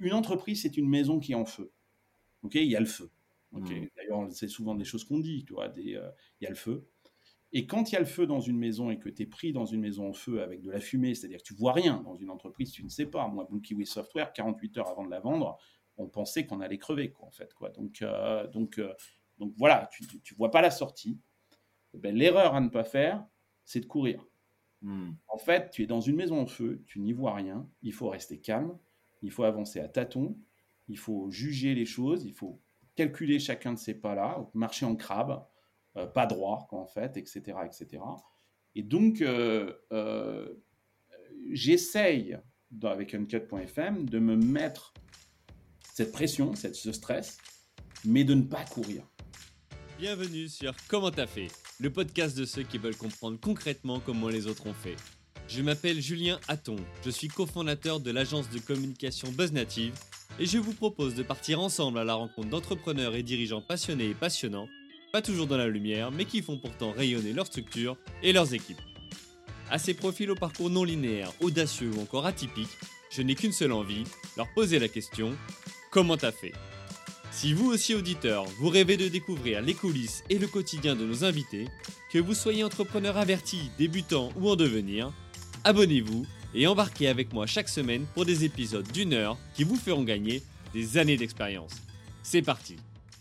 une entreprise, c'est une maison qui est en feu. Ok, il y a le feu. Ok, d'ailleurs, c'est souvent des choses qu'on dit, tu vois, il y a le feu. Et quand il y a le feu dans une maison et que tu es pris dans une maison en feu avec de la fumée, c'est-à-dire que tu vois rien dans une entreprise, tu ne sais pas. Moi, Blue Kiwi Software, 48 heures avant de la vendre, on pensait qu'on allait crever, quoi, en fait, quoi. Donc voilà, tu ne vois pas la sortie. Ben, l'erreur à ne pas faire, c'est de courir. En fait, tu es dans une maison en feu, tu n'y vois rien, il faut rester calme, il faut avancer à tâtons, il faut juger les choses, il faut calculer chacun de ces pas-là, marcher en crabe, pas droit, quoi, en fait, etc., etc. Et donc, j'essaye, avec Uncut.fm, de me mettre cette pression, ce stress, mais de ne pas courir. Bienvenue sur Comment t'as fait, le podcast de ceux qui veulent comprendre concrètement comment les autres ont fait. Je m'appelle Julien Hatton, je suis cofondateur de l'agence de communication BuzzNative et je vous propose de partir ensemble à la rencontre d'entrepreneurs et dirigeants passionnés et passionnants, pas toujours dans la lumière, mais qui font pourtant rayonner leur structure et leurs équipes. À ces profils au parcours non linéaire, audacieux ou encore atypiques, je n'ai qu'une seule envie, leur poser la question « Comment t'as fait ?» Si vous aussi auditeur, vous rêvez de découvrir les coulisses et le quotidien de nos invités, que vous soyez entrepreneur averti, débutant ou en devenir, abonnez-vous et embarquez avec moi chaque semaine pour des épisodes d'1 heure qui vous feront gagner des années d'expérience. C'est parti.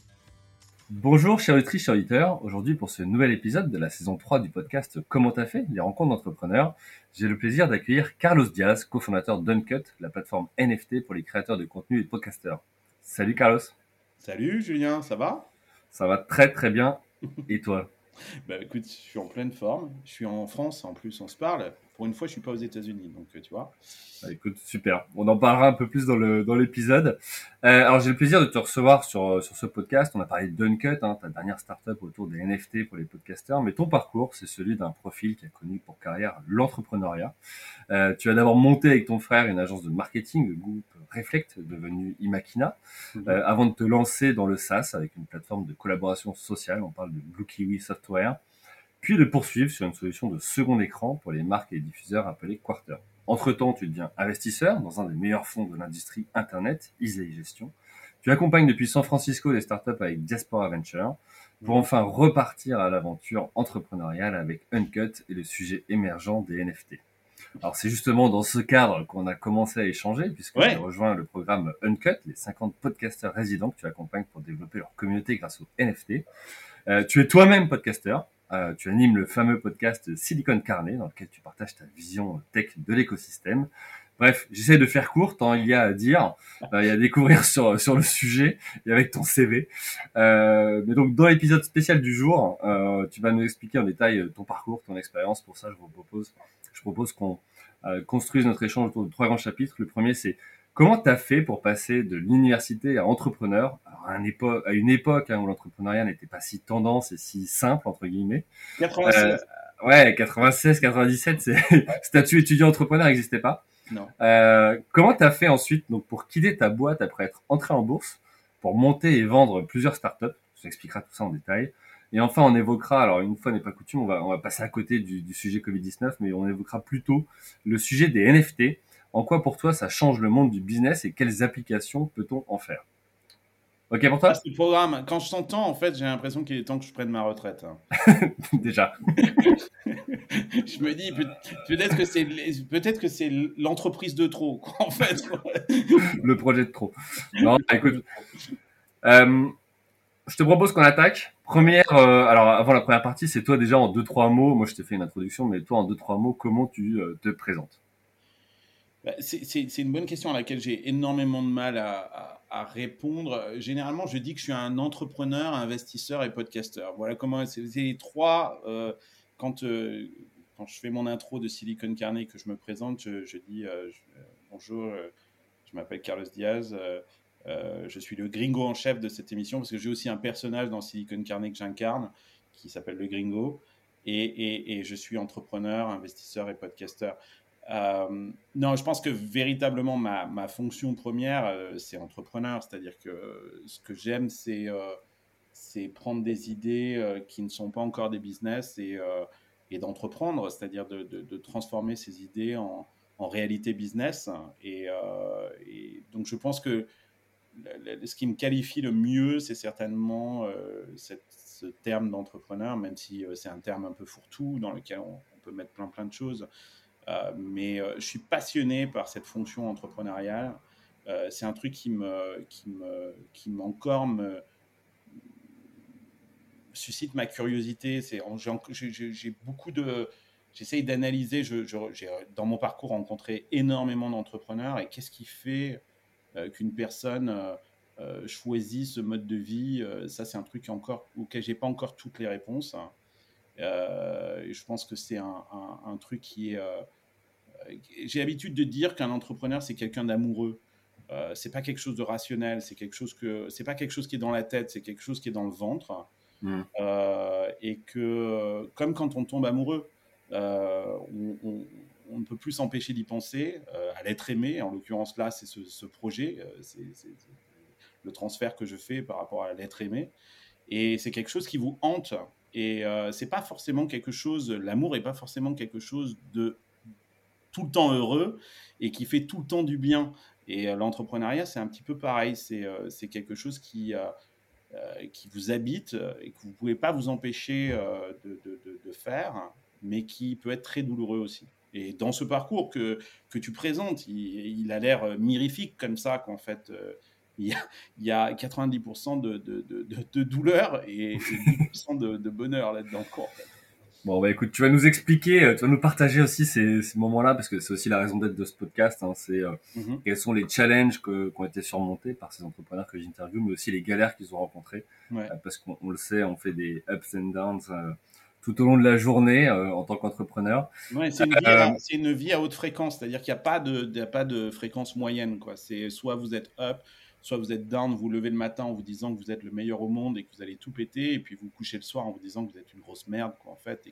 Bonjour chers auditrices, chers auditeurs. Aujourd'hui pour ce nouvel épisode de la saison 3 du podcast Comment t'as fait, les rencontres d'entrepreneurs, j'ai le plaisir d'accueillir Carlos Diaz, cofondateur d'Uncut, la plateforme NFT pour les créateurs de contenu et podcasteurs. Salut Carlos. Salut Julien, ça va? Ça va très très bien. Et toi? Bah écoute, je suis en pleine forme. Je suis en France, en plus, on se parle. Pour une fois, je suis pas aux États-Unis, donc tu vois. Écoute, super. On en parlera un peu plus dans l'épisode. Alors j'ai le plaisir de te recevoir sur ce podcast. On a parlé d'Uncut, ta dernière startup autour des NFT pour les podcasteurs, mais ton parcours, c'est celui d'un profil qui a connu pour carrière l'entrepreneuriat. Tu as d'abord monté avec ton frère une agence de marketing, le groupe Reflect, devenu Imakina, avant de te lancer dans le SaaS avec une plateforme de collaboration sociale. On parle de Blue Kiwi Software. Puis de poursuivre sur une solution de second écran pour les marques et les diffuseurs appelée Quarter. Entre-temps, tu deviens investisseur dans un des meilleurs fonds de l'industrie Internet, Easy Gestion. Tu accompagnes depuis San Francisco des startups avec Diaspora Venture pour enfin repartir à l'aventure entrepreneuriale avec Uncut et le sujet émergent des NFT. Alors c'est justement dans ce cadre qu'on a commencé à échanger puisque j'ai rejoint le programme Uncut, les 50 podcasteurs résidents que tu accompagnes pour développer leur communauté grâce aux NFT. Tu es toi-même podcasteur. Tu animes le fameux podcast Silicon Carnet dans lequel tu partages ta vision tech de l'écosystème. Bref, j'essaie de faire court tant il y a à dire, il y a à découvrir sur le sujet et avec ton CV. Mais donc dans l'épisode spécial du jour, tu vas nous expliquer en détail ton parcours, ton expérience. Pour ça, je propose qu'on construise notre échange autour de 3 grands chapitres. Le premier, c'est comment tu as fait pour passer de l'université à entrepreneur, alors à une époque où l'entrepreneuriat n'était pas si tendance et si simple, entre guillemets. 96. Ouais, 96, 97, statut étudiant entrepreneur n'existait pas. Non. Comment tu as fait ensuite donc, pour quitter ta boîte après être entré en bourse, pour monter et vendre plusieurs startups? Je t'expliquerai tout ça en détail. Et enfin, on évoquera, alors une fois n'est pas coutume, on va passer à côté du sujet Covid-19, mais on évoquera plutôt le sujet des NFT. En quoi pour toi ça change le monde du business et quelles applications peut-on en faire? Ok pour toi? Ce programme, quand je t'entends, en fait, j'ai l'impression qu'il est temps que je prenne ma retraite. Déjà. Je me dis, peut-être que c'est l'entreprise de trop, quoi, en fait. Le projet de trop. Non, écoute, je te propose qu'on attaque. Alors avant la première partie, c'est toi déjà en 2-3 mots. Moi, je t'ai fait une introduction, mais toi en 2-3 mots, comment tu te présentes? C'est une bonne question à laquelle j'ai énormément de mal à répondre. Généralement, je dis que je suis un entrepreneur, investisseur et podcasteur. Voilà comment c'est les trois. Quand, quand je fais mon intro de Silicon Carnet, que je me présente, je dis bonjour, je m'appelle Carlos Diaz. Je suis le gringo en chef de cette émission parce que j'ai aussi un personnage dans Silicon Carnet que j'incarne qui s'appelle le gringo. Et je suis entrepreneur, investisseur et podcasteur. Non, je pense que véritablement ma fonction première, c'est entrepreneur. C'est-à-dire que ce que j'aime, c'est prendre des idées qui ne sont pas encore des business et d'entreprendre, c'est-à-dire de transformer ces idées en réalité business. Et donc, je pense que ce qui me qualifie le mieux, c'est certainement ce terme d'entrepreneur, même si c'est un terme un peu fourre-tout dans lequel on peut mettre plein de choses. Mais je suis passionné par cette fonction entrepreneuriale. C'est un truc qui m'encore suscite ma curiosité. J'ai beaucoup de. J'essaye d'analyser. J'ai, dans mon parcours, rencontré énormément d'entrepreneurs. Et qu'est-ce qui fait qu'une personne choisit ce mode de vie? Ça, c'est un truc auquel j'ai pas encore toutes les réponses. Et je pense que c'est un truc qui est. J'ai l'habitude de dire qu'un entrepreneur, c'est quelqu'un d'amoureux. C'est pas quelque chose de rationnel. C'est pas quelque chose qui est dans la tête. C'est quelque chose qui est dans le ventre. Hmm. Et que, comme quand on tombe amoureux, on ne peut plus s'empêcher d'y penser, à l'être aimé. En l'occurrence, là, c'est ce projet, c'est le transfert que je fais par rapport à l'être aimé. Et c'est quelque chose qui vous hante. Et c'est pas forcément quelque chose, l'amour n'est pas forcément quelque chose de tout le temps heureux et qui fait tout le temps du bien. Et l'entrepreneuriat, c'est un petit peu pareil. C'est quelque chose qui vous habite et que vous ne pouvez pas vous empêcher de faire, mais qui peut être très douloureux aussi. Et dans ce parcours que tu présentes, il a l'air mirifique comme ça, qu'en fait, il y a 90% de douleur et 10% de bonheur là-dedans, quoi, en fait. Bon, bah écoute, tu vas nous expliquer, tu vas nous partager aussi ces moments-là, parce que c'est aussi la raison d'être de ce podcast. Hein, c'est Mhm. quels sont les challenges qui ont été surmontés par ces entrepreneurs que j'interviewe, mais aussi les galères qu'ils ont rencontrées. Ouais. Parce qu'on le sait, on fait des ups and downs tout au long de la journée en tant qu'entrepreneur. Ouais, Euh, c'est une vie à haute fréquence, c'est-à-dire qu'il n'y a il y a pas de fréquence moyenne, quoi. C'est soit vous êtes up, soit vous êtes down, vous levez le matin en vous disant que vous êtes le meilleur au monde et que vous allez tout péter, et puis vous couchez le soir en vous disant que vous êtes une grosse merde, quoi, en fait,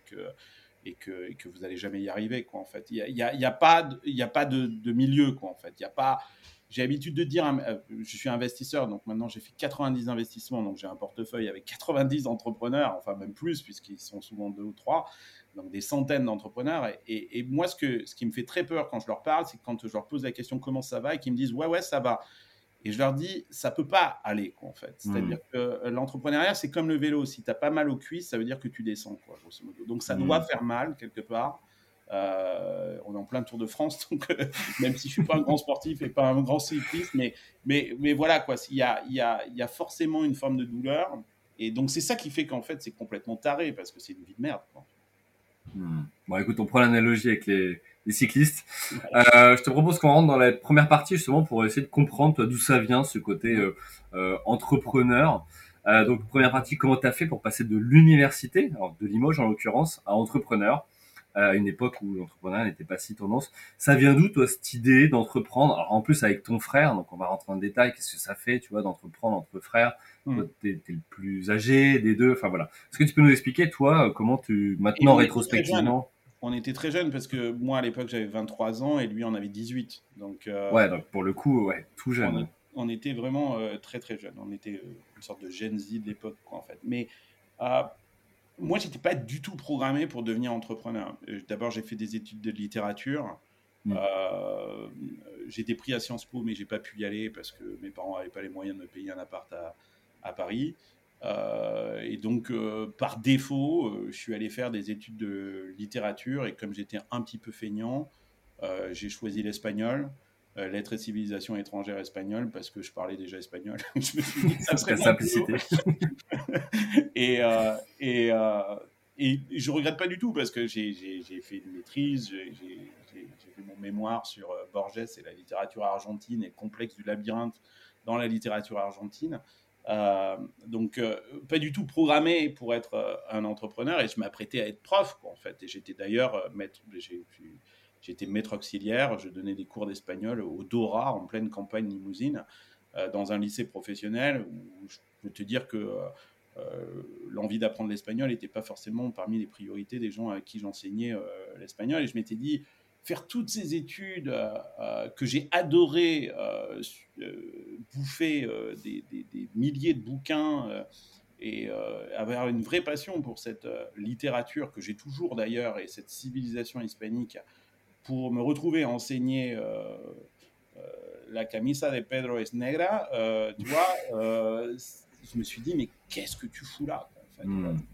et que vous n'allez jamais y arriver, quoi, en fait. Il y a pas de milieu, quoi, en fait. Il y a pas. J'ai l'habitude de dire, je suis investisseur, donc maintenant j'ai fait 90 investissements, donc j'ai un portefeuille avec 90 entrepreneurs, enfin même plus, puisqu'ils sont souvent deux ou trois, donc des centaines d'entrepreneurs. Et moi, ce qui me fait très peur quand je leur parle, c'est quand je leur pose la question comment ça va et qu'ils me disent ouais, ça va. Et je leur dis, ça peut pas aller, quoi, en fait. hmm, C'est-à-dire que l'entrepreneuriat, c'est comme le vélo. Si tu n'as pas mal aux cuisses, ça veut dire que tu descends, quoi, grosso modo. Donc, ça doit hmm. faire mal, quelque part. On est en plein Tour de France, donc même si je suis pas un grand sportif et pas un grand cycliste, mais voilà, quoi. Il y a forcément une forme de douleur. Et donc, c'est ça qui fait qu'en fait, c'est complètement taré, parce que c'est une vie de merde, quoi. Bon, écoute, on prend l'analogie avec les cyclistes. Je te propose qu'on rentre dans la première partie justement pour essayer de comprendre toi, d'où ça vient ce côté entrepreneur. Donc première partie, comment tu as fait pour passer de l'université, alors de Limoges en l'occurrence, à entrepreneur, à une époque où l'entrepreneuriat n'était pas si tendance. Ça vient d'où toi cette idée d'entreprendre? Alors en plus avec ton frère, donc on va rentrer en détail, qu'est-ce que ça fait, tu vois, d'entreprendre entre frères? Toi, Mm. t'es le plus âgé des deux, enfin voilà. Est-ce que tu peux nous expliquer, toi, comment tu, Et maintenant rétrospectivement, On était très jeunes parce que moi, à l'époque, j'avais 23 ans et lui en avait 18. Donc, ouais, donc pour le coup, ouais, tout jeune. on était vraiment très, très jeunes. On était une sorte de Gen Z de l'époque, quoi, en fait. Mais euh, moi, j'étais pas du tout programmé pour devenir entrepreneur. D'abord, j'ai fait des études de littérature. Mm. Euh, j'ai été pris à Sciences Po, mais j'ai pas pu y aller parce que mes parents n'avaient pas les moyens de me payer un appart à Paris. Et donc, par défaut, je suis allé faire des études de littérature. Et comme j'étais un petit peu feignant, j'ai choisi l'espagnol, lettres et civilisation étrangère espagnole, parce que je parlais déjà espagnol. Je me suis dit que ça serait La moins boulot. simplicité. et, euh, et, euh, et je regrette pas du tout parce que j'ai fait une maîtrise, j'ai fait mon mémoire sur Borges et la littérature argentine et le complexe du labyrinthe dans la littérature argentine. Euh, donc, pas du tout programmé pour être un entrepreneur et je m'apprêtais à être prof, quoi, en fait. Et j'étais d'ailleurs j'étais maître auxiliaire, je donnais des cours d'espagnol au Dora en pleine campagne limousine, dans un lycée professionnel où je peux te dire que l'envie d'apprendre l'espagnol n'était pas forcément parmi les priorités des gens à qui j'enseignais l'espagnol. Et je m'étais dit, faire toutes ces études que j'ai adoré, bouffer des milliers de bouquins et avoir une vraie passion pour cette littérature que j'ai toujours d'ailleurs et cette civilisation hispanique pour me retrouver à enseigner la camisa de Pedro es negra, tu vois, je me suis dit, mais qu'est-ce que tu fous là, en fait,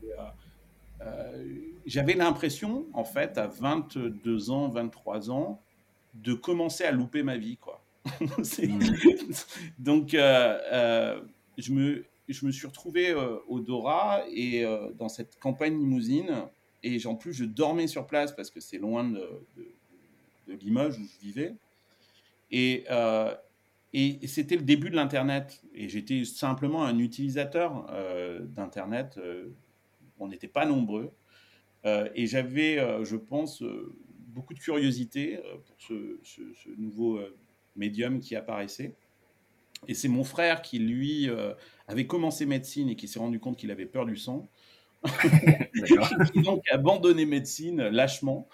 j'avais l'impression, en fait, à 22 ans, 23 ans, de commencer à louper ma vie, quoi. Donc, je me suis retrouvé au Dora et dans cette campagne limousine. Et en plus, je dormais sur place parce que c'est loin de Limoges où je vivais. Et c'était le début de l'Internet. Et j'étais simplement un utilisateur d'Internet. On n'était pas nombreux. Et j'avais, je pense, beaucoup de curiosité pour ce nouveau médium qui apparaissait. Et c'est mon frère qui, lui, avait commencé médecine et qui s'est rendu compte qu'il avait peur du sang. Qui donc a abandonné médecine lâchement.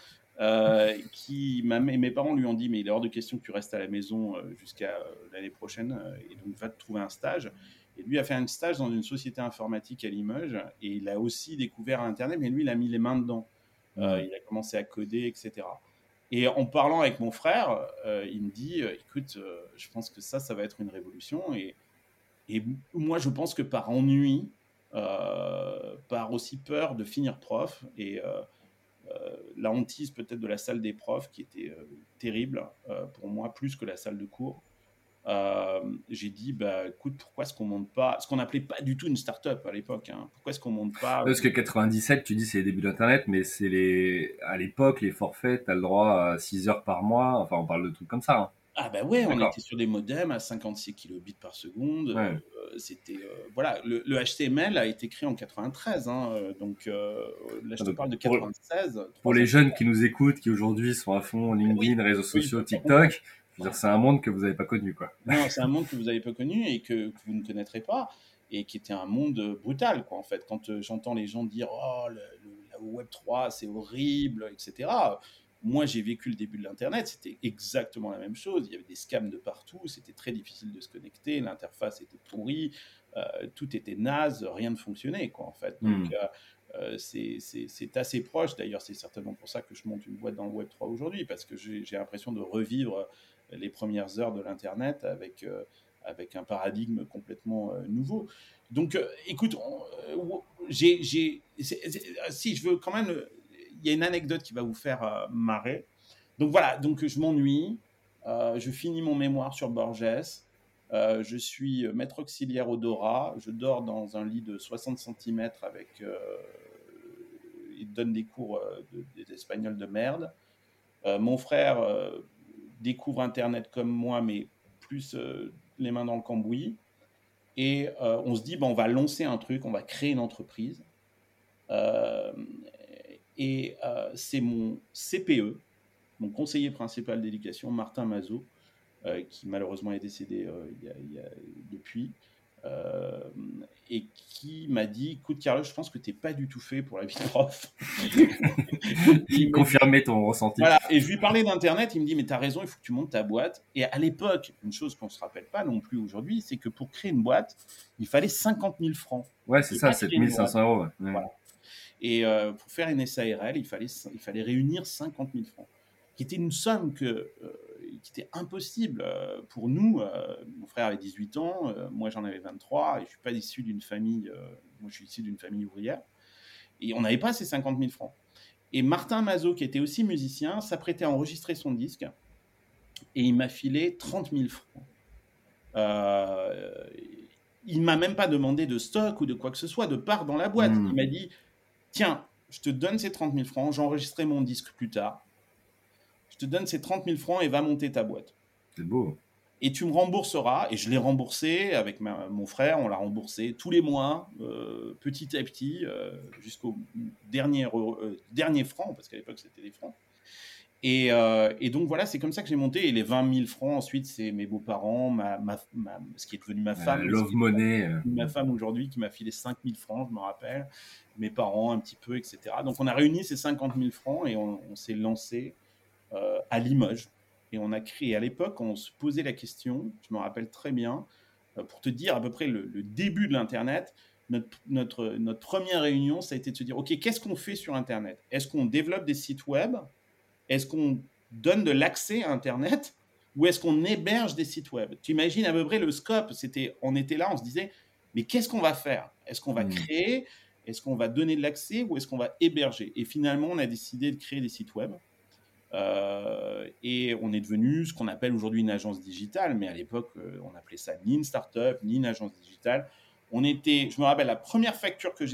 Mes parents lui ont dit, mais il est hors de question que tu restes à la maison jusqu'à l'année prochaine, et donc va te trouver un stage. Et lui a fait un stage dans une société informatique à Limoges, et il a aussi découvert Internet, mais lui, il a mis les mains dedans. Il a commencé à coder, etc. Et en parlant avec mon frère, il me dit, écoute, je pense que ça va être une révolution. Et moi, je pense que par ennui, par aussi peur de finir prof, et la hantise peut-être de la salle des profs qui était terrible pour moi, plus que la salle de cours. J'ai dit, bah, écoute, pourquoi est-ce qu'on monte pas, ce qu'on n'appelait pas du tout une start-up à l'époque, hein, pourquoi est-ce qu'on monte pas Parce que 97, tu dis c'est les débuts d'Internet, mais à l'époque, les forfaits, t'as le droit à 6 heures par mois, enfin on parle de trucs comme ça. Hein. Ah bah ouais, on D'accord. était sur des modems à 56 kilobits par seconde. Ouais. C'était voilà, le HTML a été créé en 93, hein, donc là je te Donc, parle de 96. pour 3 les ans. jeunes qui nous écoutent, qui aujourd'hui sont à fond Oui, LinkedIn, réseaux oui, sociaux, TikTok, je veux dire, c'est un monde que vous n'avez pas connu, quoi. non, c'est un monde que vous n'avez pas connu et que vous ne connaîtrez pas, et qui était un monde brutal, quoi, en fait. Quand j'entends les gens dire oh, la Web3, c'est horrible, etc. Moi, j'ai vécu le début de l'Internet, c'était exactement la même chose. Il y avait des scams de partout, c'était très difficile de se connecter, l'interface était pourrie, tout était naze, rien ne fonctionnait, quoi, en fait. Donc, c'est assez proche. D'ailleurs, c'est certainement pour ça que je monte une boîte dans le Web3 aujourd'hui, parce que j'ai l'impression de revivre les premières heures de l'Internet avec un paradigme complètement nouveau. Donc, écoute, si je veux quand même, il y a une anecdote qui va vous faire marrer. Donc voilà, donc je m'ennuie, je finis mon mémoire sur Borges, je suis maître auxiliaire au Dora, je dors dans un lit de 60 cm avec... il donne des cours d'espagnol de merde. Mon frère découvre Internet comme moi, mais plus les mains dans le cambouis. Et on se dit, on va lancer un truc, on va créer une entreprise. Euh, et c'est mon CPE, mon conseiller principal d'éducation, Martin Mazot, qui malheureusement est décédé depuis, euh, et qui m'a dit, écoute Carlos, je pense que tu n'es pas du tout fait pour la vie de prof. Il confirmait ton ressenti. Voilà, et je lui parlais d'Internet, il me dit, mais tu as raison, il faut que tu montes ta boîte. Et à l'époque, une chose qu'on ne se rappelle pas non plus aujourd'hui, c'est que pour créer une boîte, il fallait 50 000 francs. Ouais, c'est ça, 7500 €. Ouais. Voilà. Et pour faire une SARL, il fallait réunir 50 000 francs, qui était une somme qui était impossible pour nous. Mon frère avait 18 ans, moi j'en avais 23, et je ne suis pas issu d'une famille, moi je suis issu d'une famille ouvrière. Et on n'avait pas ces 50 000 francs. Et Martin Mazot, qui était aussi musicien, s'apprêtait à enregistrer son disque, et il m'a filé 30 000 francs. Il ne m'a même pas demandé de stock ou de quoi que ce soit, de part dans la boîte. Il m'a dit, tiens, je te donne ces 30 000 francs, j'enregistrerai mon disque plus tard. Je te donne ces 30 000 francs et va monter ta boîte. C'est beau. Et tu me rembourseras. Et je l'ai remboursé avec mon frère, on l'a remboursé tous les mois, petit à petit, jusqu'au dernier franc, parce qu'à l'époque c'était des francs. Et donc voilà, c'est comme ça que j'ai monté. Et les 20 000 francs, ensuite, c'est mes beaux-parents, ce qui est devenu ma femme. Love money. Ma femme aujourd'hui qui m'a filé 5 000 francs, je me rappelle. Mes parents un petit peu, etc. Donc on a réuni ces 50 000 francs et on s'est lancé à Limoges. Et on a créé, à l'époque, on se posait la question, je me rappelle très bien, pour te dire à peu près le début de l'Internet, notre première réunion, ça a été de se dire, OK, qu'est-ce qu'on fait sur Internet ? Est-ce qu'on développe des sites web ? Est-ce qu'on donne de l'accès à Internet ou est-ce qu'on héberge des sites web? Tu imagines à peu près le scope. On était là, on se disait, mais qu'est-ce qu'on va faire? Est-ce qu'on va créer? Est-ce qu'on va donner de l'accès ou est-ce qu'on va héberger? Et finalement, on a décidé de créer des sites web. Et on est devenu ce qu'on appelle aujourd'hui une agence digitale, mais à l'époque, on appelait ça ni une start-up, ni une agence digitale. Je me rappelle, la première facture que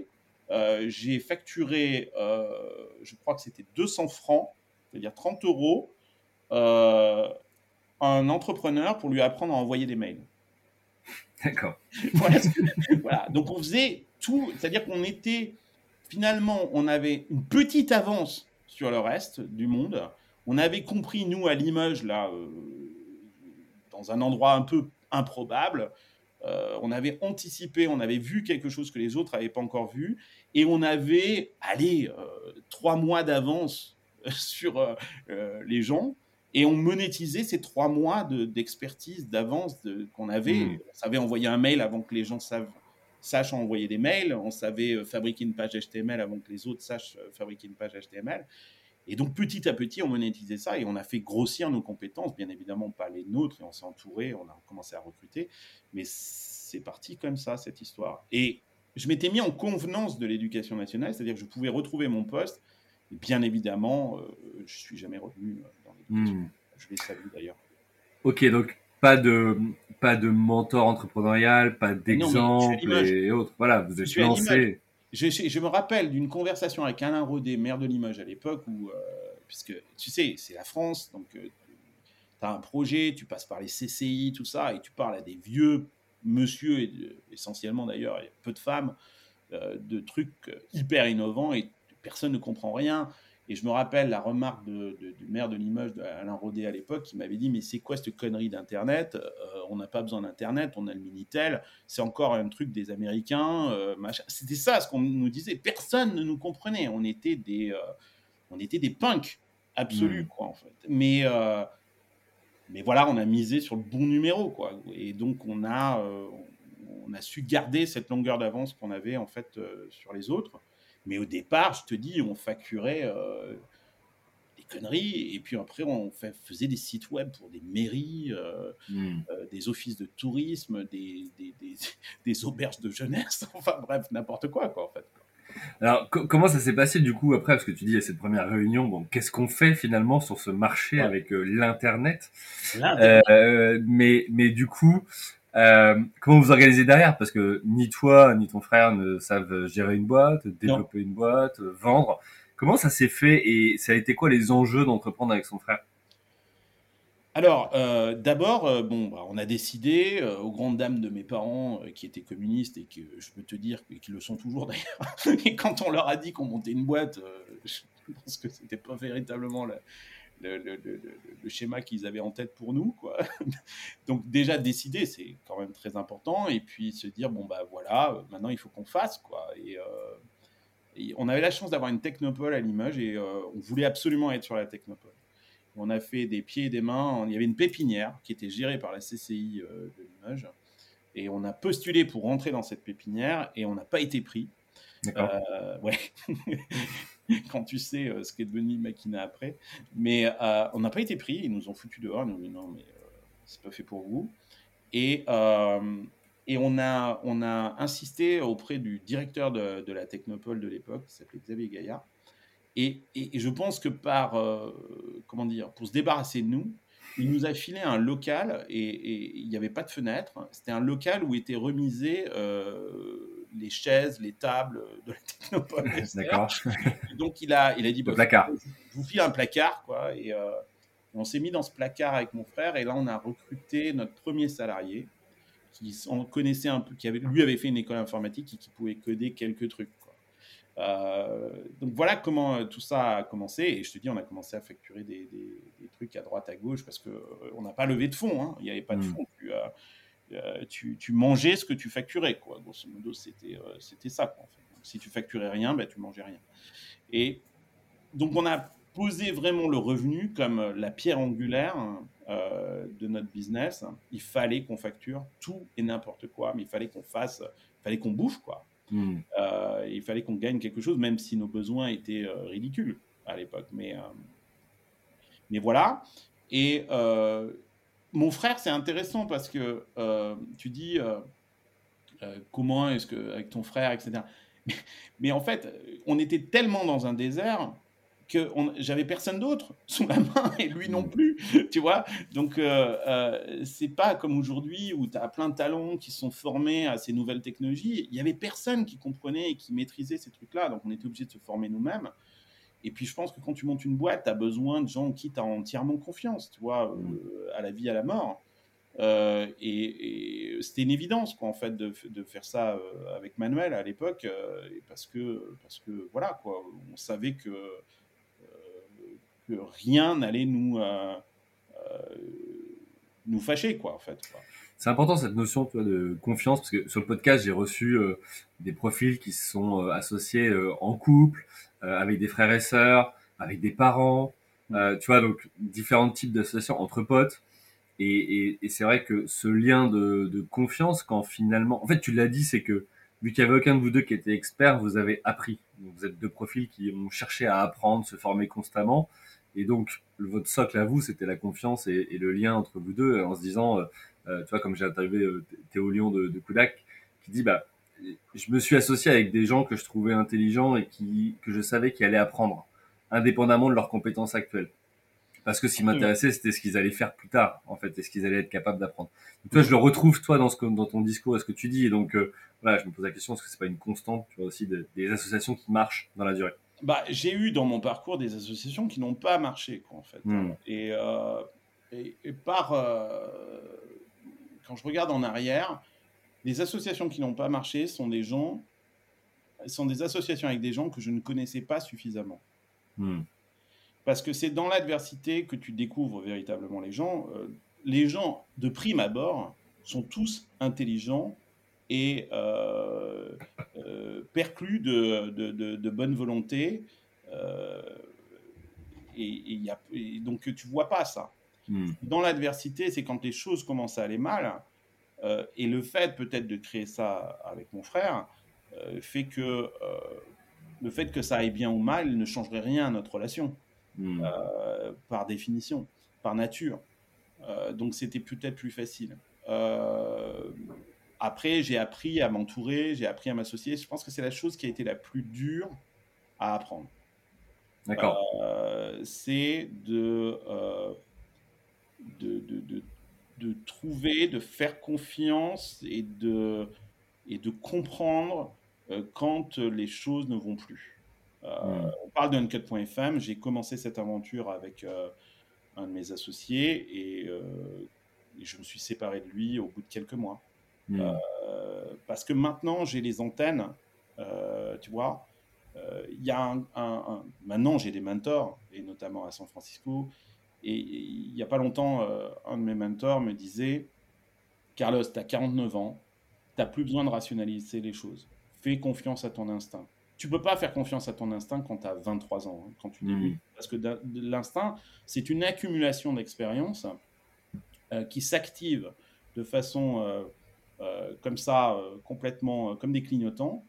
j'ai facturé, je crois que c'était 200 francs, c'est-à-dire 30 euros, à un entrepreneur pour lui apprendre à envoyer des mails. D'accord. Voilà. Donc on faisait tout, c'est-à-dire finalement, on avait une petite avance sur le reste du monde. On avait compris, nous, à Limoges, là, dans un endroit un peu improbable, on avait anticipé, on avait vu quelque chose que les autres n'avaient pas encore vu, et on avait, 3 mois d'avance sur les gens, et on monétisait ces 3 mois d'expertise, d'avance qu'on avait. On savait envoyer un mail avant que les gens sachent envoyer des mails, on savait fabriquer une page HTML avant que les autres sachent fabriquer une page HTML. Et donc, petit à petit, on monétisait ça et on a fait grossir nos compétences, bien évidemment pas les nôtres, et on s'est entouré, on a commencé à recruter. Mais c'est parti comme ça, cette histoire. Et je m'étais mis en convenance de l'éducation nationale, c'est-à-dire que je pouvais retrouver mon poste. Et bien évidemment, je ne suis jamais revenu dans l'éducation. Je les salue d'ailleurs. Ok, donc pas de mentor entrepreneurial, pas d'exemple et autres. Voilà, vous êtes lancé. Je me rappelle d'une conversation avec Alain Rodet, maire de Limoges à l'époque, où, puisque tu sais, c'est la France, donc tu as un projet, tu passes par les CCI, tout ça, et tu parles à des vieux monsieur, essentiellement d'ailleurs, et peu de femmes, de trucs hyper innovants, et personne ne comprend rien. Et je me rappelle la remarque du maire de Limoges, Alain Rodet à l'époque, qui m'avait dit, mais c'est quoi cette connerie d'Internet? On n'a pas besoin d'Internet, on a le Minitel, c'est encore un truc des Américains. Machin. C'était ça ce qu'on nous disait. Personne ne nous comprenait. On était des punks absolus, quoi, en fait. Mais voilà, on a misé sur le bon numéro, quoi. Et donc, on a su garder cette longueur d'avance qu'on avait, en fait, sur les autres. Mais au départ, je te dis, on facturait des conneries. Et puis après, on faisait des sites web pour des mairies, des offices de tourisme, des auberges de jeunesse. Enfin bref, n'importe quoi, en fait. Alors, comment ça s'est passé du coup après? Parce que tu dis, il y a cette première réunion. Bon, qu'est-ce qu'on fait finalement sur ce marché avec l'Internet? Mais du coup, comment vous organisez derrière? Parce que ni toi ni ton frère ne savent gérer une boîte, développer une boîte, vendre. Comment ça s'est fait et ça a été quoi les enjeux d'entreprendre avec son frère? Alors, d'abord, on a décidé, aux grandes dames de mes parents, qui étaient communistes et que je peux te dire qu'ils le sont toujours d'ailleurs. Et quand on leur a dit qu'on montait une boîte, je pense que c'était pas véritablement le schéma qu'ils avaient en tête pour nous, quoi. Donc déjà décider, c'est quand même très important. Et puis se dire, voilà, maintenant il faut qu'on fasse, quoi. Et on avait la chance d'avoir une technopole à Limoges et on voulait absolument être sur la technopole. On a fait des pieds et des mains. Il y avait une pépinière qui était gérée par la CCI de Limoges. Et on a postulé pour rentrer dans cette pépinière et on n'a pas été pris. D'accord. Ouais. Quand tu sais ce qu'est devenu Makina après. Mais on n'a pas été pris. Ils nous ont foutu dehors. Ils nous ont dit non, mais c'est pas fait pour vous. Et on a insisté auprès du directeur de la Technopole de l'époque, qui s'appelait Xavier Gaillard. Et je pense que pour se débarrasser de nous, il nous a filé un local et il n'y avait pas de fenêtre. C'était un local où étaient remisées les chaises, les tables de la Technopole. D'accord. Et donc il a dit, Le placard. je vous file un placard, quoi. Et on s'est mis dans ce placard avec mon frère et là on a recruté notre premier salarié qui en connaissait un peu, lui avait fait une école informatique et qui pouvait coder quelques trucs, quoi. Donc voilà comment tout ça a commencé. Et je te dis, on a commencé à facturer des trucs à droite, à gauche, parce qu'on n'a pas levé de fonds. Hein. Il n'y avait pas de fonds. Tu mangeais ce que tu facturais, quoi. Grosso modo, c'était ça, quoi, en fait. Donc, si tu facturais rien, tu mangeais rien. Et donc on a posé vraiment le revenu comme la pierre angulaire de notre business. Il fallait qu'on facture tout et n'importe quoi, mais il fallait qu'on bouffe, quoi. Il fallait qu'on gagne quelque chose, même si nos besoins étaient ridicules à l'époque. Mais voilà. Et mon frère, c'est intéressant parce que tu dis comment est-ce que avec ton frère, etc. Mais en fait, on était tellement dans un désert que j'avais personne d'autre sous la main et lui non Mmh. plus, tu vois. Donc c'est pas comme aujourd'hui où tu as plein de talents qui sont formés à ces nouvelles technologies. Il y avait personne qui comprenait et qui maîtrisait ces trucs-là, donc on était obligé de se former nous-mêmes. Et puis je pense que quand tu montes une boîte, tu as besoin de gens en qui tu as entièrement confiance, tu vois, Mmh. à la vie, à la mort. Et c'était une évidence, quoi, en fait, de faire ça avec Manuel à l'époque, parce que voilà, quoi, on savait que rien n'allait nous fâcher, quoi, en fait, quoi. C'est important cette notion, tu vois, de confiance, parce que sur le podcast, j'ai reçu des profils qui se sont associés en couple, avec des frères et sœurs, avec des parents, Mm. tu vois, donc différents types d'associations entre potes. Et c'est vrai que ce lien de confiance, quand finalement, en fait, tu l'as dit, c'est que vu qu'il y avait aucun de vous deux qui était expert, vous avez appris. Donc, vous êtes deux profils qui ont cherché à apprendre, se former constamment. Et donc, votre socle à vous, c'était la confiance et le lien entre vous deux, en se disant, tu vois, comme j'ai interviewé Théo Lyon de Kudak, qui dit, bah, je me suis associé avec des gens que je trouvais intelligents et que je savais qu'ils allaient apprendre, indépendamment de leurs compétences actuelles. Parce que ce qui Exactement. m'intéressait, c'était ce qu'ils allaient faire plus tard, en fait, et ce qu'ils allaient être capables d'apprendre. Donc, toi, je le Exactement. retrouve, toi, dans ton discours et ce que tu dis. Et donc, voilà, je me pose la question, est-ce que c'est pas une constante, tu vois, aussi, des associations qui marchent dans la durée? Bah, j'ai eu dans mon parcours des associations qui n'ont pas marché, quoi, en fait, hein. Hmm. Et quand je regarde en arrière, les associations qui n'ont pas marché sont des associations avec des gens que je ne connaissais pas suffisamment. Hmm. Parce que c'est dans l'adversité que tu découvres véritablement les gens. Les gens, de prime abord, sont tous intelligents et perclus de bonne volonté. euh, et donc, tu vois pas ça. Hmm. Dans l'adversité, c'est quand les choses commencent à aller mal. Et le fait peut-être de créer ça avec mon frère fait que le fait que ça aille bien ou mal ne changerait rien à notre relation, Hmm. par définition, par nature. Donc c'était peut-être plus facile. Euh, Après, j'ai appris à m'entourer, j'ai appris à m'associer. Je pense que c'est la chose qui a été la plus dure à apprendre. D'accord. C'est de trouver, de faire confiance et de comprendre quand les choses ne vont plus. Hmm. On parle d'Uncut.fm. J'ai commencé cette aventure avec un de mes associés et je me suis séparé de lui au bout de quelques mois. Hmm. Parce que maintenant, j'ai les antennes, tu vois. Il y a maintenant, j'ai des mentors, et notamment à San Francisco. Et il n'y a pas longtemps, un de mes mentors me disait, Carlos, tu as 49 ans, tu n'as plus besoin de rationaliser les choses. Fais confiance à ton instinct. Tu ne peux pas faire confiance à ton instinct quand tu as 23 ans, hein, quand tu débutes, Hmm. parce que l'instinct, c'est une accumulation d'expériences qui s'active de façon comme ça, complètement comme des clignotants,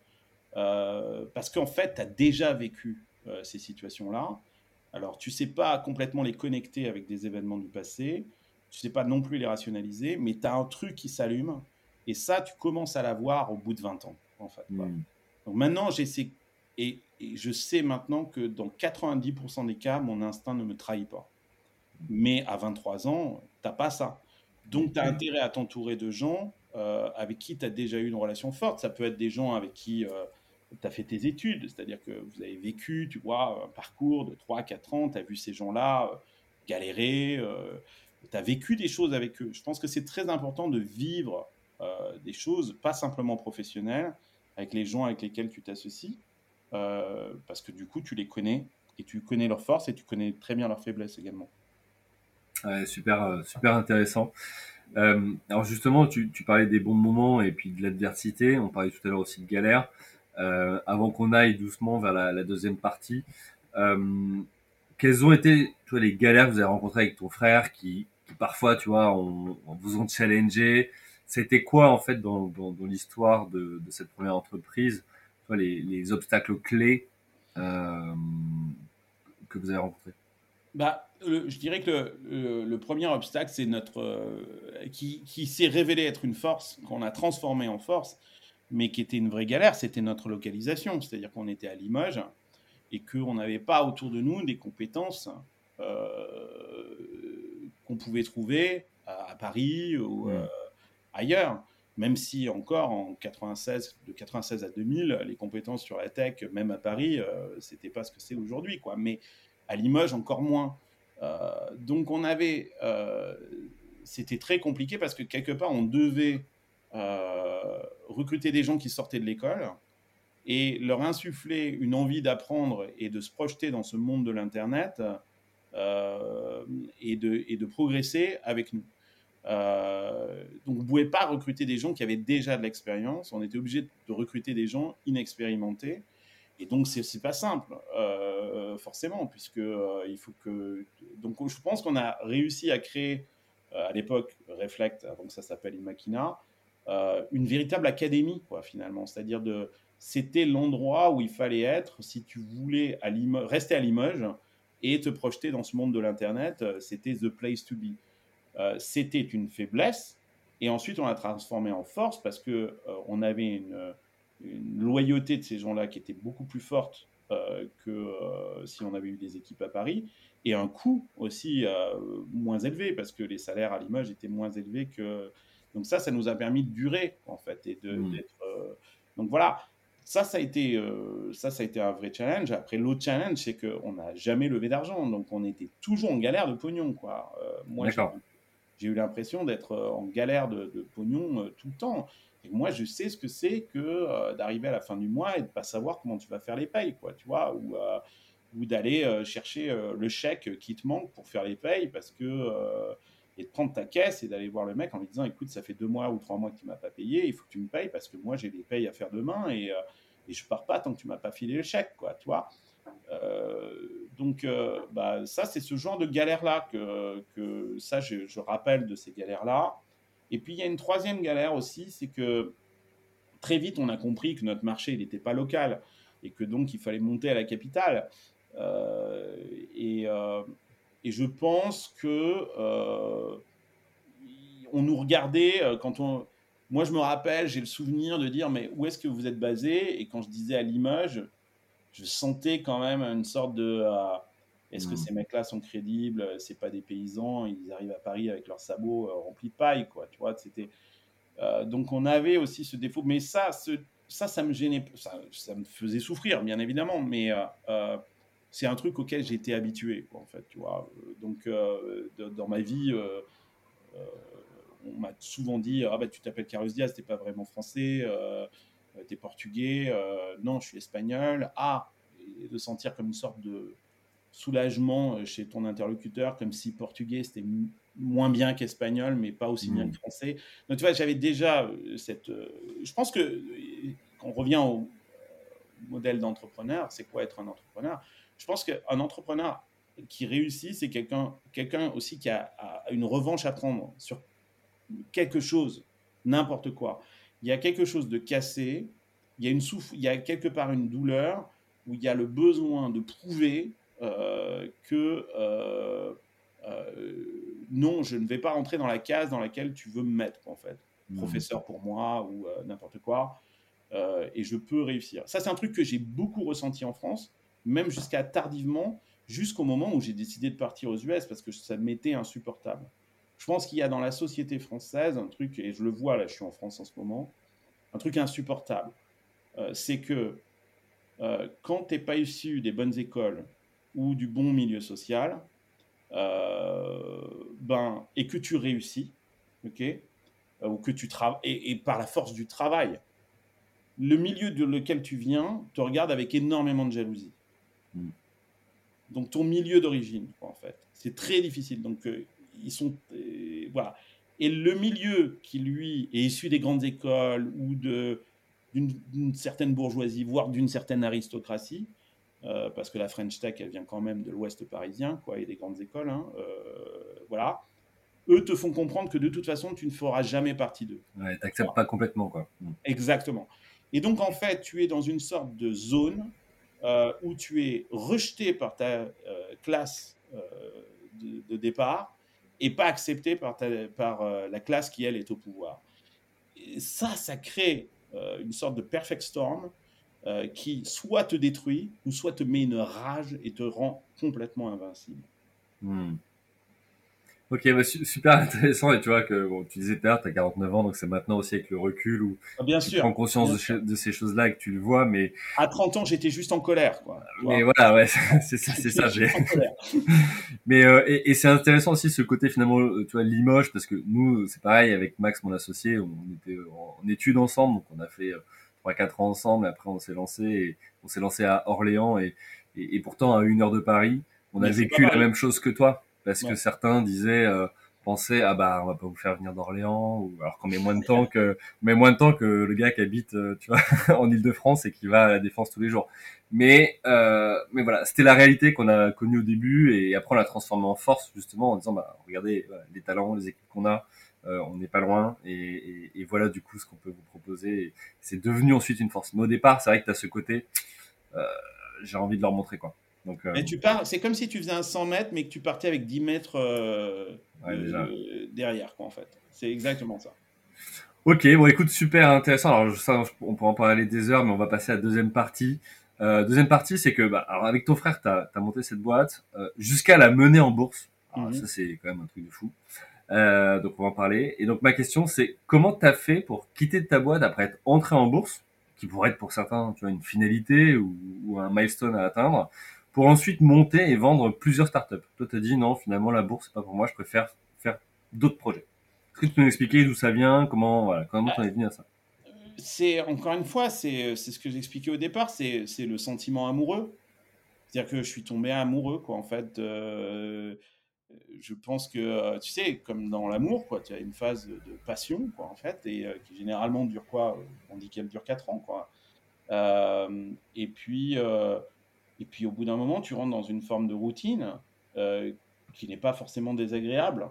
parce qu'en fait, tu as déjà vécu ces situations-là. Alors, tu ne sais pas complètement les connecter avec des événements du passé, tu ne sais pas non plus les rationaliser, mais tu as un truc qui s'allume, et ça, tu commences à l'avoir au bout de 20 ans, en fait, quoi. Hmm. Donc maintenant, j'essaie, et je sais maintenant que dans 90% des cas, mon instinct ne me trahit pas. Mais à 23 ans, tu n'as pas ça. Donc, tu as intérêt à t'entourer de gens avec qui tu as déjà eu une relation forte. Ça peut être des gens avec qui tu as fait tes études, c'est-à-dire que vous avez vécu, tu vois, un parcours de 3 4 ans, tu as vu ces gens-là galérer, tu as vécu des choses avec eux. Je pense que c'est très important de vivre des choses, pas simplement professionnelles, avec les gens avec lesquels tu t'associes, parce que du coup, tu les connais, et tu connais leurs forces, et tu connais très bien leurs faiblesses également. Ouais, super, super intéressant. Alors justement, tu parlais des bons moments et puis de l'adversité. On parlait tout à l'heure aussi de galère. Avant qu'on aille doucement vers la deuxième partie, euh, quelles ont été, tu vois, les galères que vous avez rencontrées avec ton frère qui parfois, tu vois, vous ont challengé? C'était quoi, en fait, dans l'histoire de cette première entreprise, tu vois, les obstacles clés euh, que vous avez rencontrés? Bah, Je dirais que le premier obstacle, c'est qui s'est révélé être une force, qu'on a transformé en force, mais qui était une vraie galère, c'était notre localisation. C'est-à-dire qu'on était à Limoges et qu'on n'avait pas autour de nous des compétences qu'on pouvait trouver à Paris ou ailleurs. Même si encore en 96, de 96 à 2000, les compétences sur la tech, même à Paris, c'était pas ce que c'est aujourd'hui, quoi. Mais à Limoges, encore moins. Donc c'était très compliqué parce que quelque part, on devait recruter des gens qui sortaient de l'école et leur insuffler une envie d'apprendre et de se projeter dans ce monde de l'Internet et de progresser avec nous. Donc, on ne pouvait pas recruter des gens qui avaient déjà de l'expérience. On était obligé de recruter des gens inexpérimentés. Et donc, c'est pas simple, forcément, puisque il faut que. Donc, je pense qu'on a réussi à créer, à l'époque, Reflect, avant que ça s'appelle Imakina, une véritable académie, quoi, finalement. C'est-à-dire c'était l'endroit où il fallait être si tu voulais rester à Limoges et te projeter dans ce monde de l'Internet. C'était the place to be. C'était une faiblesse. Et ensuite, on l'a transformé en force parce que on avait une loyauté de ces gens-là qui était beaucoup plus forte que si on avait eu des équipes à Paris, et un coût aussi moins élevé parce que les salaires à Limoges étaient moins élevés que. Donc ça nous a permis de durer en fait et d'être. Donc voilà. Ça a été un vrai challenge. Après, l'autre challenge, c'est qu'on n'a jamais levé d'argent. Donc, on était toujours en galère de pognon, quoi. Moi, D'accord. j'ai eu l'impression d'être en galère de pognon tout le temps. Et moi, je sais ce que c'est que d'arriver à la fin du mois et de pas savoir comment tu vas faire les payes, quoi, tu vois, ou d'aller chercher le chèque qui te manque pour faire les payes parce que et de prendre ta caisse et d'aller voir le mec en lui disant, écoute, ça fait 2 mois ou 3 mois que tu m'as pas payé, il faut que tu me payes parce que moi j'ai des payes à faire demain et je pars pas tant que tu m'as pas filé le chèque, quoi, tu vois. Donc, ça, c'est ce genre de galère-là que ça, je rappelle de ces galères-là. Et puis, il y a une troisième galère aussi, c'est que très vite, on a compris que notre marché, il n'était pas local et que donc, il fallait monter à la capitale. Euh, et, euh, et je pense que on nous regardait quand on. Moi, je me rappelle, j'ai le souvenir de dire, mais où est-ce que vous êtes basé? Et quand je disais à Limoges, je sentais quand même une sorte de est-ce que ces mecs-là sont crédibles? C'est pas des paysans, ils arrivent à Paris avec leurs sabots remplis de paille, quoi. Tu vois, donc on avait aussi ce défaut, mais ça me gênait, ça me faisait souffrir, bien évidemment, mais c'est un truc auquel j'ai été habitué, quoi, en fait, tu vois. Donc dans ma vie, euh, on m'a souvent dit ah bah tu t'appelles Carlos Diaz, t'es pas vraiment français, t'es portugais, non je suis espagnol. Et de sentir comme une sorte de soulagement chez ton interlocuteur, comme si portugais c'était moins bien qu'espagnol, mais pas aussi bien que français. Donc tu vois, j'avais déjà je pense que quand on revient au modèle d'entrepreneur, c'est quoi être un entrepreneur? Je pense qu'un entrepreneur qui réussit, c'est quelqu'un aussi qui a une revanche à prendre sur quelque chose, n'importe quoi. Il y a quelque chose de cassé, il y a quelque part une douleur où il y a le besoin de prouver que non, je ne vais pas rentrer dans la case dans laquelle tu veux me mettre, en fait. Professeur pour moi ou n'importe quoi. Et je peux réussir. Ça, c'est un truc que j'ai beaucoup ressenti en France, même jusqu'à tardivement, jusqu'au moment où j'ai décidé de partir aux US parce que ça m'était insupportable. Je pense qu'il y a dans la société française un truc, et je le vois, là je suis en France en ce moment, un truc insupportable. C'est que quand tu n'es pas issu des bonnes écoles ou du bon milieu social, et que tu réussis, ok, ou que tu travailles, et par la force du travail, le milieu de lequel tu viens te regarde avec énormément de jalousie. Donc ton milieu d'origine, en fait, c'est très difficile. Donc ils sont voilà. Et le milieu qui lui est issu des grandes écoles ou d'une certaine bourgeoisie, voire d'une certaine aristocratie, parce que la French Tech, elle vient quand même de l'Ouest parisien, quoi, et des grandes écoles, hein, voilà. Eux te font comprendre que de toute façon, tu ne feras jamais partie d'eux. Ouais, t'acceptes pas complètement, quoi. Exactement. Et donc, en fait, tu es dans une sorte de zone où tu es rejeté par ta classe de départ et pas accepté par la classe qui, elle, est au pouvoir. Et ça crée une sorte de perfect storm qui soit te détruit ou soit te met une rage et te rend complètement invincible. Hmm. Ok, bah, super intéressant. Et tu vois que, bon, tu disais tout à l'heure, t'as 49 ans, donc c'est maintenant aussi avec le recul où Bien tu prends sûr, conscience bien sûr. de ces choses-là et que tu le vois, À 30 ans, j'étais juste en colère, quoi. Tu mais vois, voilà, ouais, c'est ça, c'est j'étais ça. juste en colère. Mais et c'est intéressant aussi ce côté finalement, tu vois, Limoges, parce que nous, c'est pareil avec Max, mon associé, on était en études ensemble, donc on a fait 3-4 ans ensemble. Et après, on s'est lancé à Orléans et pourtant à 1 heure de Paris, on a Mais c'est pas vécu la Paris. même chose que toi, parce que Ouais. certains disaient, pensaient, ah bah, on va pas vous faire venir d'Orléans, ou alors qu'on met moins de temps que, on met moins de temps que le gars qui habite, tu vois, en Île-de-France et qui va à la Défense tous les jours. Mais voilà, c'était la réalité qu'on a connue au début et après on l'a transformée en force justement en disant bah regardez voilà, les talents, les équipes qu'on a, on n'est pas loin et voilà du coup ce qu'on peut vous proposer. Et c'est devenu ensuite une force. Mais au départ, c'est vrai que tu as ce côté, euh, j'ai envie de leur montrer quoi. Donc Mais tu pars, c'est comme si tu faisais un 100 mètres, mais que tu partais avec 10 mètres ouais déjà. derrière, quoi, en fait. C'est exactement ça. Ok, bon écoute, super intéressant. Alors ça, on pourra en parler des heures, mais on va passer à la deuxième partie. Deuxième partie, c'est que bah, alors avec ton frère, t'as monté cette boîte jusqu'à la mener en bourse. Alors ça, Mhm. c'est quand même un truc de fou. Donc on va en parler. Et donc ma question, c'est comment t'as fait pour quitter ta boîte après être entré en bourse, qui pourrait être pour certains, tu vois, une finalité ou un milestone à atteindre, pour ensuite monter et vendre plusieurs startups. Toi, t'as dit non, finalement la bourse c'est pas pour moi, je préfère faire d'autres projets. Est-ce que tu peux nous expliquer d'où ça vient, comment t'en es venu à ça? C'est encore une fois, c'est ce que j'expliquais au départ, c'est le sentiment amoureux. C'est-à-dire que je suis tombé amoureux, quoi, en fait. Je pense que, tu sais, comme dans l'amour, quoi, tu as une phase de passion, quoi, en fait, et qui généralement dure quoi? On dit qu'elle dure 4 ans, quoi. Euh, et puis, euh, et puis, au bout d'un moment, tu rentres dans une forme de routine euh, qui n'est pas forcément désagréable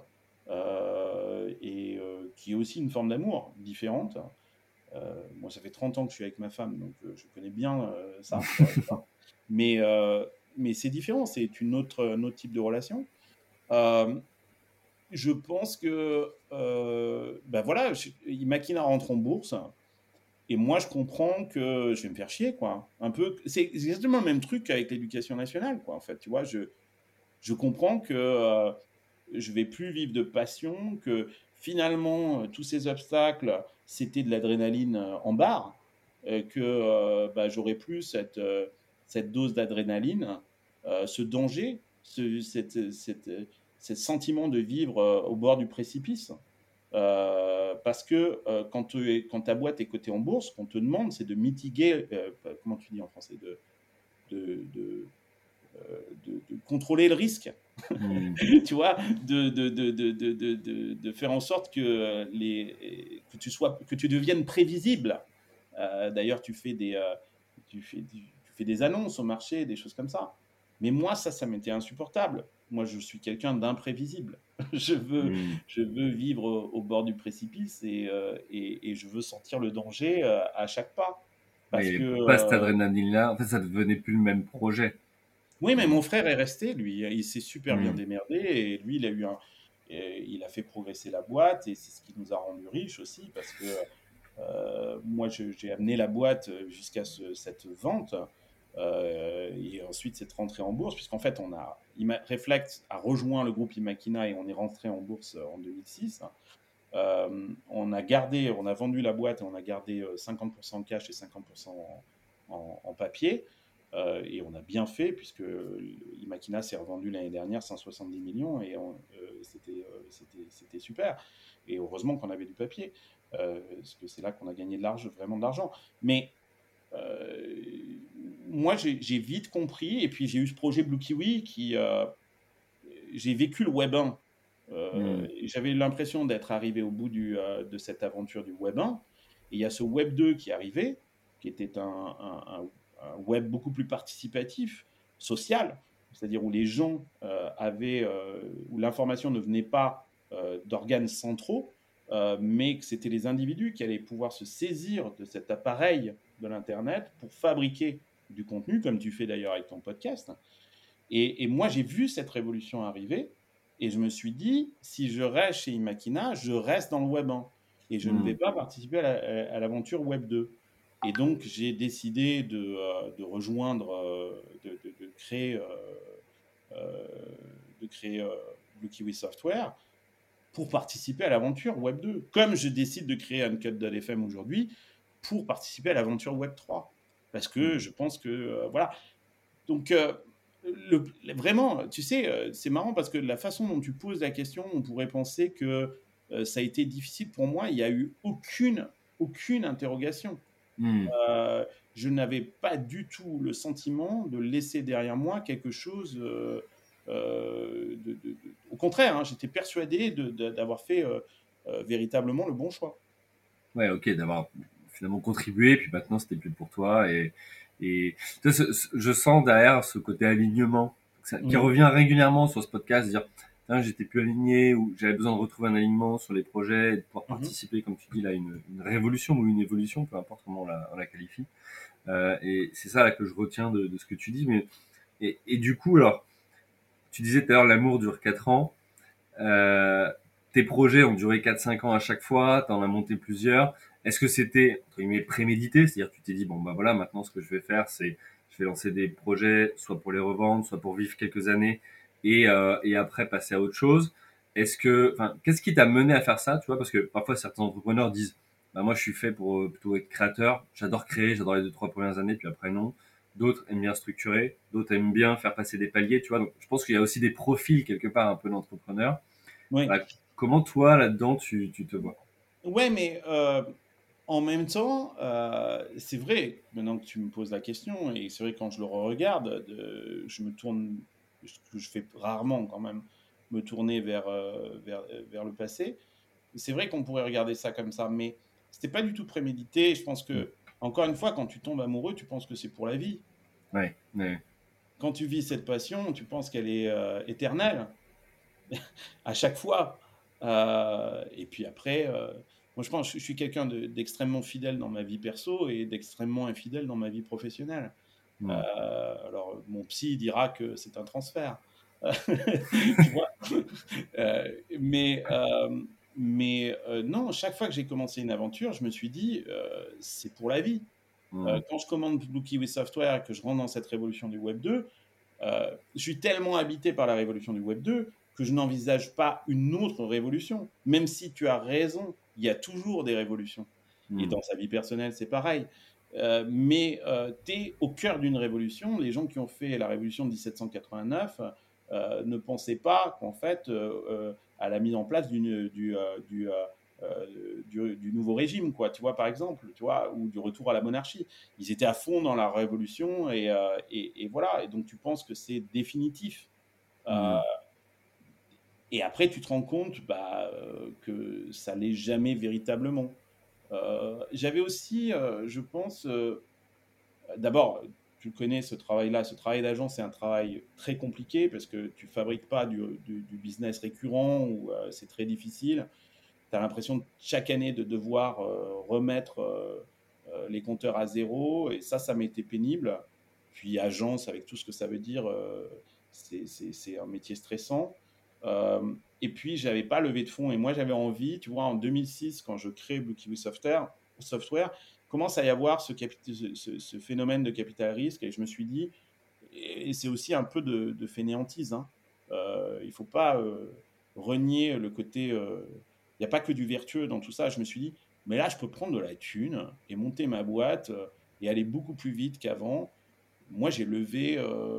et qui est aussi une forme d'amour différente. Moi, ça fait 30 ans que je suis avec ma femme, donc je connais bien ça, quoi, tu vois. Mais, euh, mais c'est différent, c'est un autre type de relation. Euh, je pense que, ben voilà, Imakina rentre en bourse. Et moi, je comprends que je vais me faire chier, quoi. Un peu, c'est exactement le même truc qu'avec l'éducation nationale, quoi. En fait, tu vois, je comprends que je vais plus vivre de passion, que finalement, tous ces obstacles, c'était de l'adrénaline en barre, que bah, j'aurais plus cette dose d'adrénaline, ce danger, ce sentiment de vivre au bord du précipice. Parce que quand ta boîte est cotée en bourse, ce qu'on te demande, c'est de mitiguer, comment tu dis en français, de, de, de contrôler le risque. Hmm. Tu vois, de faire en sorte que tu deviennes prévisible. D'ailleurs, tu fais des annonces au marché, des choses comme ça. Mais moi, ça m'était insupportable. Moi, je suis quelqu'un d'imprévisible. Je veux, Hmm. je veux vivre au bord du précipice et je veux sentir le danger à chaque pas. Ouais, Parce il que, n'y avait pas cette adrénaline-là. En fait, ça devenait plus le même projet. oui, mais Hmm. mon frère est resté, lui. Il s'est super bien Hmm. démerdé et lui, il a fait progresser la boîte et c'est ce qui nous a rendu riches aussi parce que moi, j'ai amené la boîte jusqu'à cette vente et ensuite cette rentrée en bourse, puisqu'en fait, Reflect a rejoint le groupe Imakina et on est rentré en bourse en 2006. On a vendu la boîte et on a gardé 50% de cash et 50% en papier. Et on a bien fait puisque Imakina s'est revendu l'année dernière 170 millions et c'était super. Et heureusement qu'on avait du papier parce que c'est là qu'on a gagné vraiment de l'argent. Mais euh, moi, j'ai vite compris et puis j'ai eu ce projet Blue Kiwi j'ai vécu le Web 1. Hmm. J'avais l'impression d'être arrivé au bout de cette aventure du Web 1. Et il y a ce Web 2 qui arrivait, qui était un web beaucoup plus participatif, social, c'est-à-dire où les gens où l'information ne venait pas d'organes centraux, mais que c'était les individus qui allaient pouvoir se saisir de cet appareil de l'Internet pour fabriquer du contenu, comme tu fais d'ailleurs avec ton podcast. Et moi, j'ai vu cette révolution arriver. Et je me suis dit, si je reste chez Imakina, je reste dans le Web 1 et je ne vais pas participer à l'aventure Web 2. Et donc, j'ai décidé de rejoindre, euh, de créer Blue Kiwi Software pour participer à l'aventure Web 2. Comme je décide de créer Uncut.fm aujourd'hui pour participer à l'aventure Web 3. Parce que je pense que, voilà. Donc, vraiment, tu sais, c'est marrant parce que la façon dont tu poses la question, on pourrait penser que ça a été difficile pour moi. Il n'y a eu aucune interrogation. Euh, je n'avais pas du tout le sentiment de laisser derrière moi quelque chose. Au contraire, hein, j'étais persuadé d'avoir fait véritablement le bon choix. Ouais, ok, d'avoir finalement contribué, puis maintenant c'était plus pour toi. Et tu sais, je sens derrière ce côté alignement qui Mmh. revient régulièrement sur ce podcast, dire, tiens, j'étais plus aligné ou j'avais besoin de retrouver un alignement sur les projets et de pouvoir Mmh. participer, comme tu dis, là, à une révolution ou une évolution, peu importe comment on la qualifie. Et c'est ça là que je retiens de ce que tu dis. Mais et du coup, alors, tu disais tout à l'heure, l'amour dure 4 ans. Euh, Tes projets ont duré 4-5 ans à chaque fois, tu en as monté plusieurs. Est-ce que c'était, entre guillemets, prémédité? C'est-à-dire que tu t'es dit, bon, bah voilà, maintenant ce que je vais faire, c'est je vais lancer des projets, soit pour les revendre, soit pour vivre quelques années, et après passer à autre chose. Qu'est-ce qui t'a mené à faire ça, tu vois? Parce que parfois certains entrepreneurs disent, bah moi je suis fait pour plutôt être créateur, j'adore créer, j'adore les 2-3 premières années, puis après non. D'autres aiment bien structurer, d'autres aiment bien faire passer des paliers, tu vois. Donc je pense qu'il y a aussi des profils quelque part un peu d'entrepreneurs. Oui. Bah, comment toi, là-dedans, tu te vois? Ouais, mais en même temps, c'est vrai, maintenant que tu me poses la question, et c'est vrai quand je le regarde, je me tourne, ce que je fais rarement quand même, me tourner vers le passé. C'est vrai qu'on pourrait regarder ça comme ça, mais c'était pas du tout prémédité. Je pense Mm. que, encore une fois, quand tu tombes amoureux, tu penses que c'est pour la vie. Ouais, ouais. Quand tu vis cette passion, tu penses qu'elle est éternelle à chaque fois. Et puis après, moi je pense que je suis quelqu'un d'extrêmement fidèle dans ma vie perso et d'extrêmement infidèle dans ma vie professionnelle. Mm. Alors mon psy dira que c'est un transfert. Tu vois. Non, chaque fois que j'ai commencé une aventure, je me suis dit, c'est pour la vie. Mm. Quand je commande Blue Kiwi Software et que je rentre dans cette révolution du Web 2, je suis tellement habité par la révolution du Web 2 que je n'envisage pas une autre révolution. Même si tu as raison, il y a toujours des révolutions. Et Mm. dans sa vie personnelle, c'est pareil. Mais tu es au cœur d'une révolution. Les gens qui ont fait la révolution de 1789 ne pensaient pas qu'en fait, à la mise en place du nouveau régime, quoi, tu vois, par exemple, tu vois, ou du retour à la monarchie. Ils étaient à fond dans la révolution et voilà. Et donc, tu penses que c'est définitif. Euh, Mm. et après, tu te rends compte que ça l'est jamais véritablement. J'avais aussi, je pense, d'abord, tu connais ce travail-là, ce travail d'agent, c'est un travail très compliqué parce que tu fabriques pas du business récurrent ou c'est très difficile. Tu as l'impression chaque année de devoir remettre les compteurs à zéro et ça m'était pénible. Puis agence, avec tout ce que ça veut dire, c'est un métier stressant. Et puis, j'avais pas levé de fonds et moi, j'avais envie, tu vois, en 2006, quand je crée Blue Kiwi Software, commence à y avoir ce phénomène de capital risque et je me suis dit, et c'est aussi un peu de fainéantise, hein. Il faut pas renier le côté. Il n'y a pas que du vertueux dans tout ça. Je me suis dit, mais là, je peux prendre de la thune et monter ma boîte et aller beaucoup plus vite qu'avant. Moi, j'ai levé,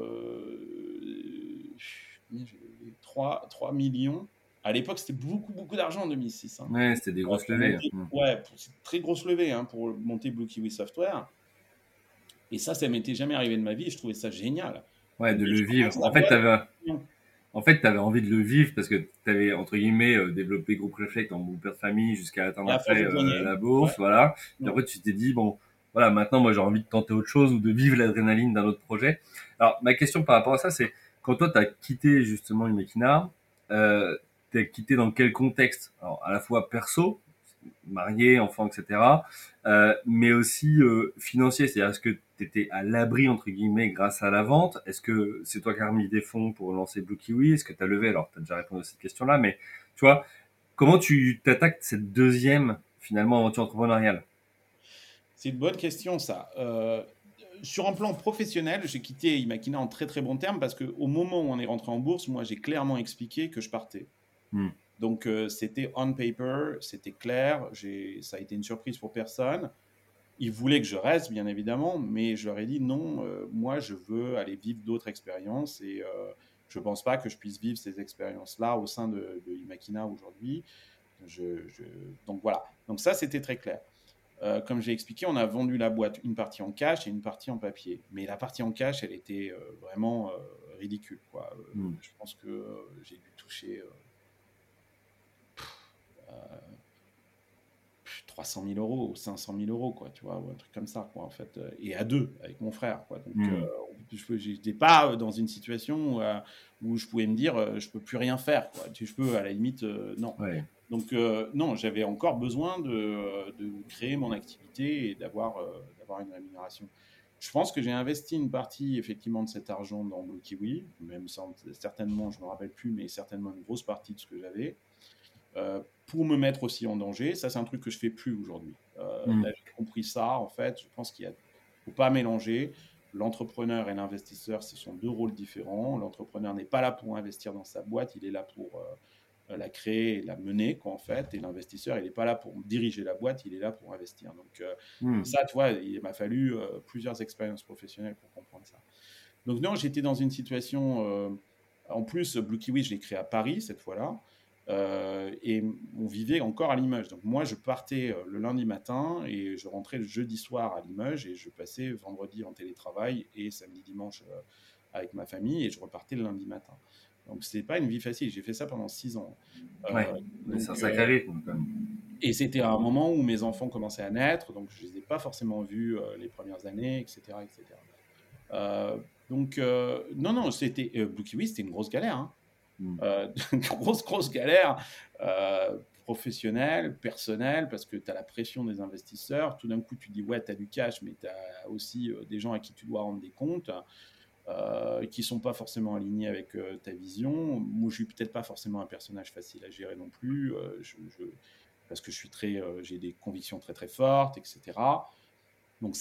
3 millions. À l'époque, c'était beaucoup, beaucoup d'argent en 2006, hein. Ouais, c'était des grosses Pour levées. monter, Mm. ouais, c'est une très grosse levée hein, pour monter Blue Kiwi Software. Et ça m'était jamais arrivé de ma vie et je trouvais ça génial. Ouais, de Mais le je vivre. commence la boîte. En fait, t'avais envie de le vivre parce que t'avais, entre guillemets, développé Groupe Reflect en bon père de famille jusqu'à atteindre Et à force après de gagner, la ouais, bourse, voilà. Puis ouais. après, tu t'es dit, bon, voilà, maintenant, moi, j'ai envie de tenter autre chose ou de vivre l'adrénaline d'un autre projet. Alors, ma question par rapport à ça, c'est quand toi, t'as quitté justement Imakina, t'as quitté dans quel contexte? Alors, à la fois perso, marié, enfant, etc. Mais aussi financier, c'est-à-dire est-ce que tu étais à l'abri entre guillemets grâce à la vente? Est-ce que c'est toi qui as remis des fonds pour lancer Blue Kiwi? Est-ce que tu as levé? Alors, tu as déjà répondu à cette question-là, mais tu vois, comment tu t'attaques cette deuxième finalement aventure entrepreneuriale? C'est une bonne question, ça. Sur un plan professionnel, j'ai quitté Imakina en très très bon terme parce qu'au moment où on est rentré en bourse, moi j'ai clairement expliqué que je partais. Hmm. Donc c'était on paper, c'était clair, ça a été une surprise pour personne. Ils voulaient que je reste, bien évidemment, mais je leur ai dit non, moi je veux aller vivre d'autres expériences et je ne pense pas que je puisse vivre ces expériences-là au sein de Imakina aujourd'hui. Je... Donc voilà, donc ça c'était très clair. Comme j'ai expliqué, on a vendu la boîte, une partie en cash et une partie en papier. Mais la partie en cash, elle était vraiment ridicule, quoi. Hmm. Je pense que j'ai dû toucher 300 000 euros ou 500 000 euros, quoi, tu vois, ou un truc comme ça, quoi, en fait. Et à deux, avec mon frère, quoi. Donc, Hmm. je n'étais pas dans une situation où je pouvais me dire, je ne peux plus rien faire, quoi. Je peux, à la limite, non. Ouais. Donc, non, j'avais encore besoin de créer mon activité et d'avoir une rémunération. Je pense que j'ai investi une partie, effectivement, de cet argent dans Blue Kiwi, même sans, certainement, je ne me rappelle plus, mais certainement une grosse partie de ce que j'avais, pour me mettre aussi en danger. Ça, c'est un truc que je ne fais plus aujourd'hui. Hmm. Là, j'ai compris ça, en fait. Je pense qu'il ne faut pas mélanger. L'entrepreneur et l'investisseur, ce sont deux rôles différents. L'entrepreneur n'est pas là pour investir dans sa boîte, il est là pour la créer et la mener, quoi, en fait. Et l'investisseur, il n'est pas là pour diriger la boîte, il est là pour investir. Donc, Hmm. ça, tu vois, il m'a fallu plusieurs expériences professionnelles pour comprendre ça. Donc, non, j'étais dans une situation. En plus, Blue Kiwi, je l'ai créé à Paris cette fois-là. Et on vivait encore à Limoges. Donc, moi, je partais le lundi matin et je rentrais le jeudi soir à Limoges et je passais vendredi en télétravail et samedi, dimanche avec ma famille et je repartais le lundi matin. Donc, c'est pas une vie facile. J'ai fait ça pendant 6 ans. Ouais. Euh, Ouais, c'est un donc, sacré rythme quand même. et c'était un moment où mes enfants commençaient à naître, donc je les ai pas forcément vus les premières années, etc., etc. Donc, non, non, c'était Blue Kiwi, c'était une grosse galère. Hein. Hmm. Une grosse, grosse galère professionnelle, personnelle, parce que tu as la pression des investisseurs. Tout d'un coup, tu dis, ouais, tu as du cash, mais tu as aussi des gens à qui tu dois rendre des comptes qui ne sont pas forcément alignés avec ta vision. Moi, je suis peut-être pas forcément un personnage facile à gérer non plus, parce que j'ai des convictions très, très fortes, etc. Donc,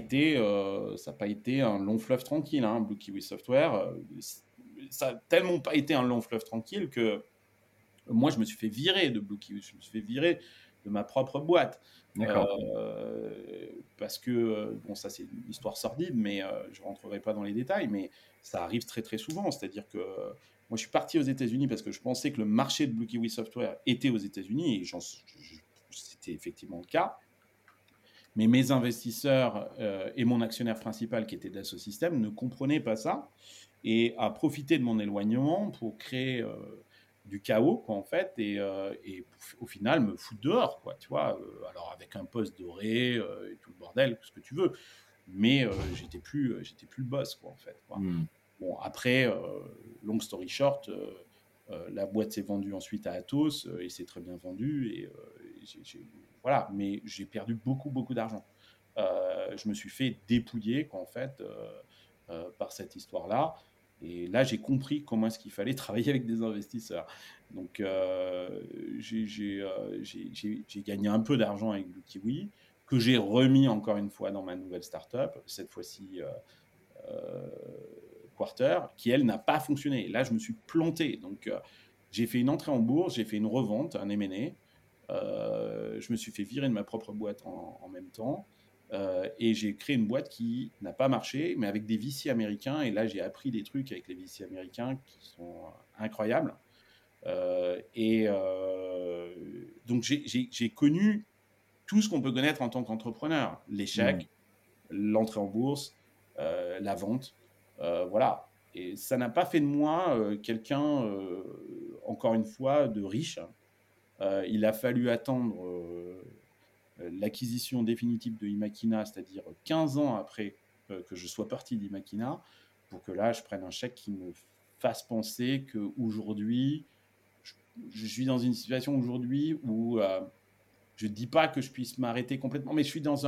ça n'a pas été un long fleuve tranquille, hein, Blue Kiwi Software. Ça n'a tellement pas été un long fleuve tranquille que moi, je me suis fait virer de Blue Kiwi. Je me suis fait virer de ma propre boîte. D'accord. Parce que, bon, ça, c'est une histoire sordide, mais je ne rentrerai pas dans les détails, mais ça arrive très, très souvent. C'est-à-dire que moi, je suis parti aux États-Unis parce que je pensais que le marché de Blue Kiwi Software était aux États-Unis, et c'était effectivement le cas. Mais mes investisseurs et mon actionnaire principal, qui était Dassault Systèmes, ne comprenaient pas ça et a profité de mon éloignement pour créer du chaos, quoi, en fait, et au final me foutre dehors, quoi, tu vois. Alors avec un poste doré et tout le bordel, ce que tu veux, mais j'étais plus le boss, quoi, en fait, quoi. Hmm. Bon, après, long story short, la boîte s'est vendue ensuite à Atos et c'est très bien vendu. Et, voilà, mais j'ai perdu beaucoup, beaucoup d'argent. Je me suis fait dépouiller, quoi, en fait, par cette histoire-là. Et là, j'ai compris comment est-ce qu'il fallait travailler avec des investisseurs. Donc, j'ai gagné un peu d'argent avec Blue Kiwi, que j'ai remis encore une fois dans ma nouvelle startup, cette fois-ci euh, Quarter, qui elle n'a pas fonctionné. Là, je me suis planté. Donc, j'ai fait une entrée en bourse, j'ai fait une revente, un M&A. Je me suis fait virer de ma propre boîte en même temps. Et j'ai créé une boîte qui n'a pas marché, mais avec des VC américains. Et là, j'ai appris des trucs avec les VC américains qui sont incroyables. Donc, j'ai connu tout ce qu'on peut connaître en tant qu'entrepreneur. Hmm. L'échec, l'entrée en bourse, la vente. Voilà. Et ça n'a pas fait de moi quelqu'un, encore une fois, de riche. Il a fallu attendre l'acquisition définitive de Imakina, c'est-à-dire 15 ans après que je sois parti d'Imakina, pour que là, je prenne un chèque qui me fasse penser qu'aujourd'hui, je suis dans une situation aujourd'hui où Je ne dis pas que je puisse m'arrêter complètement, mais je suis dans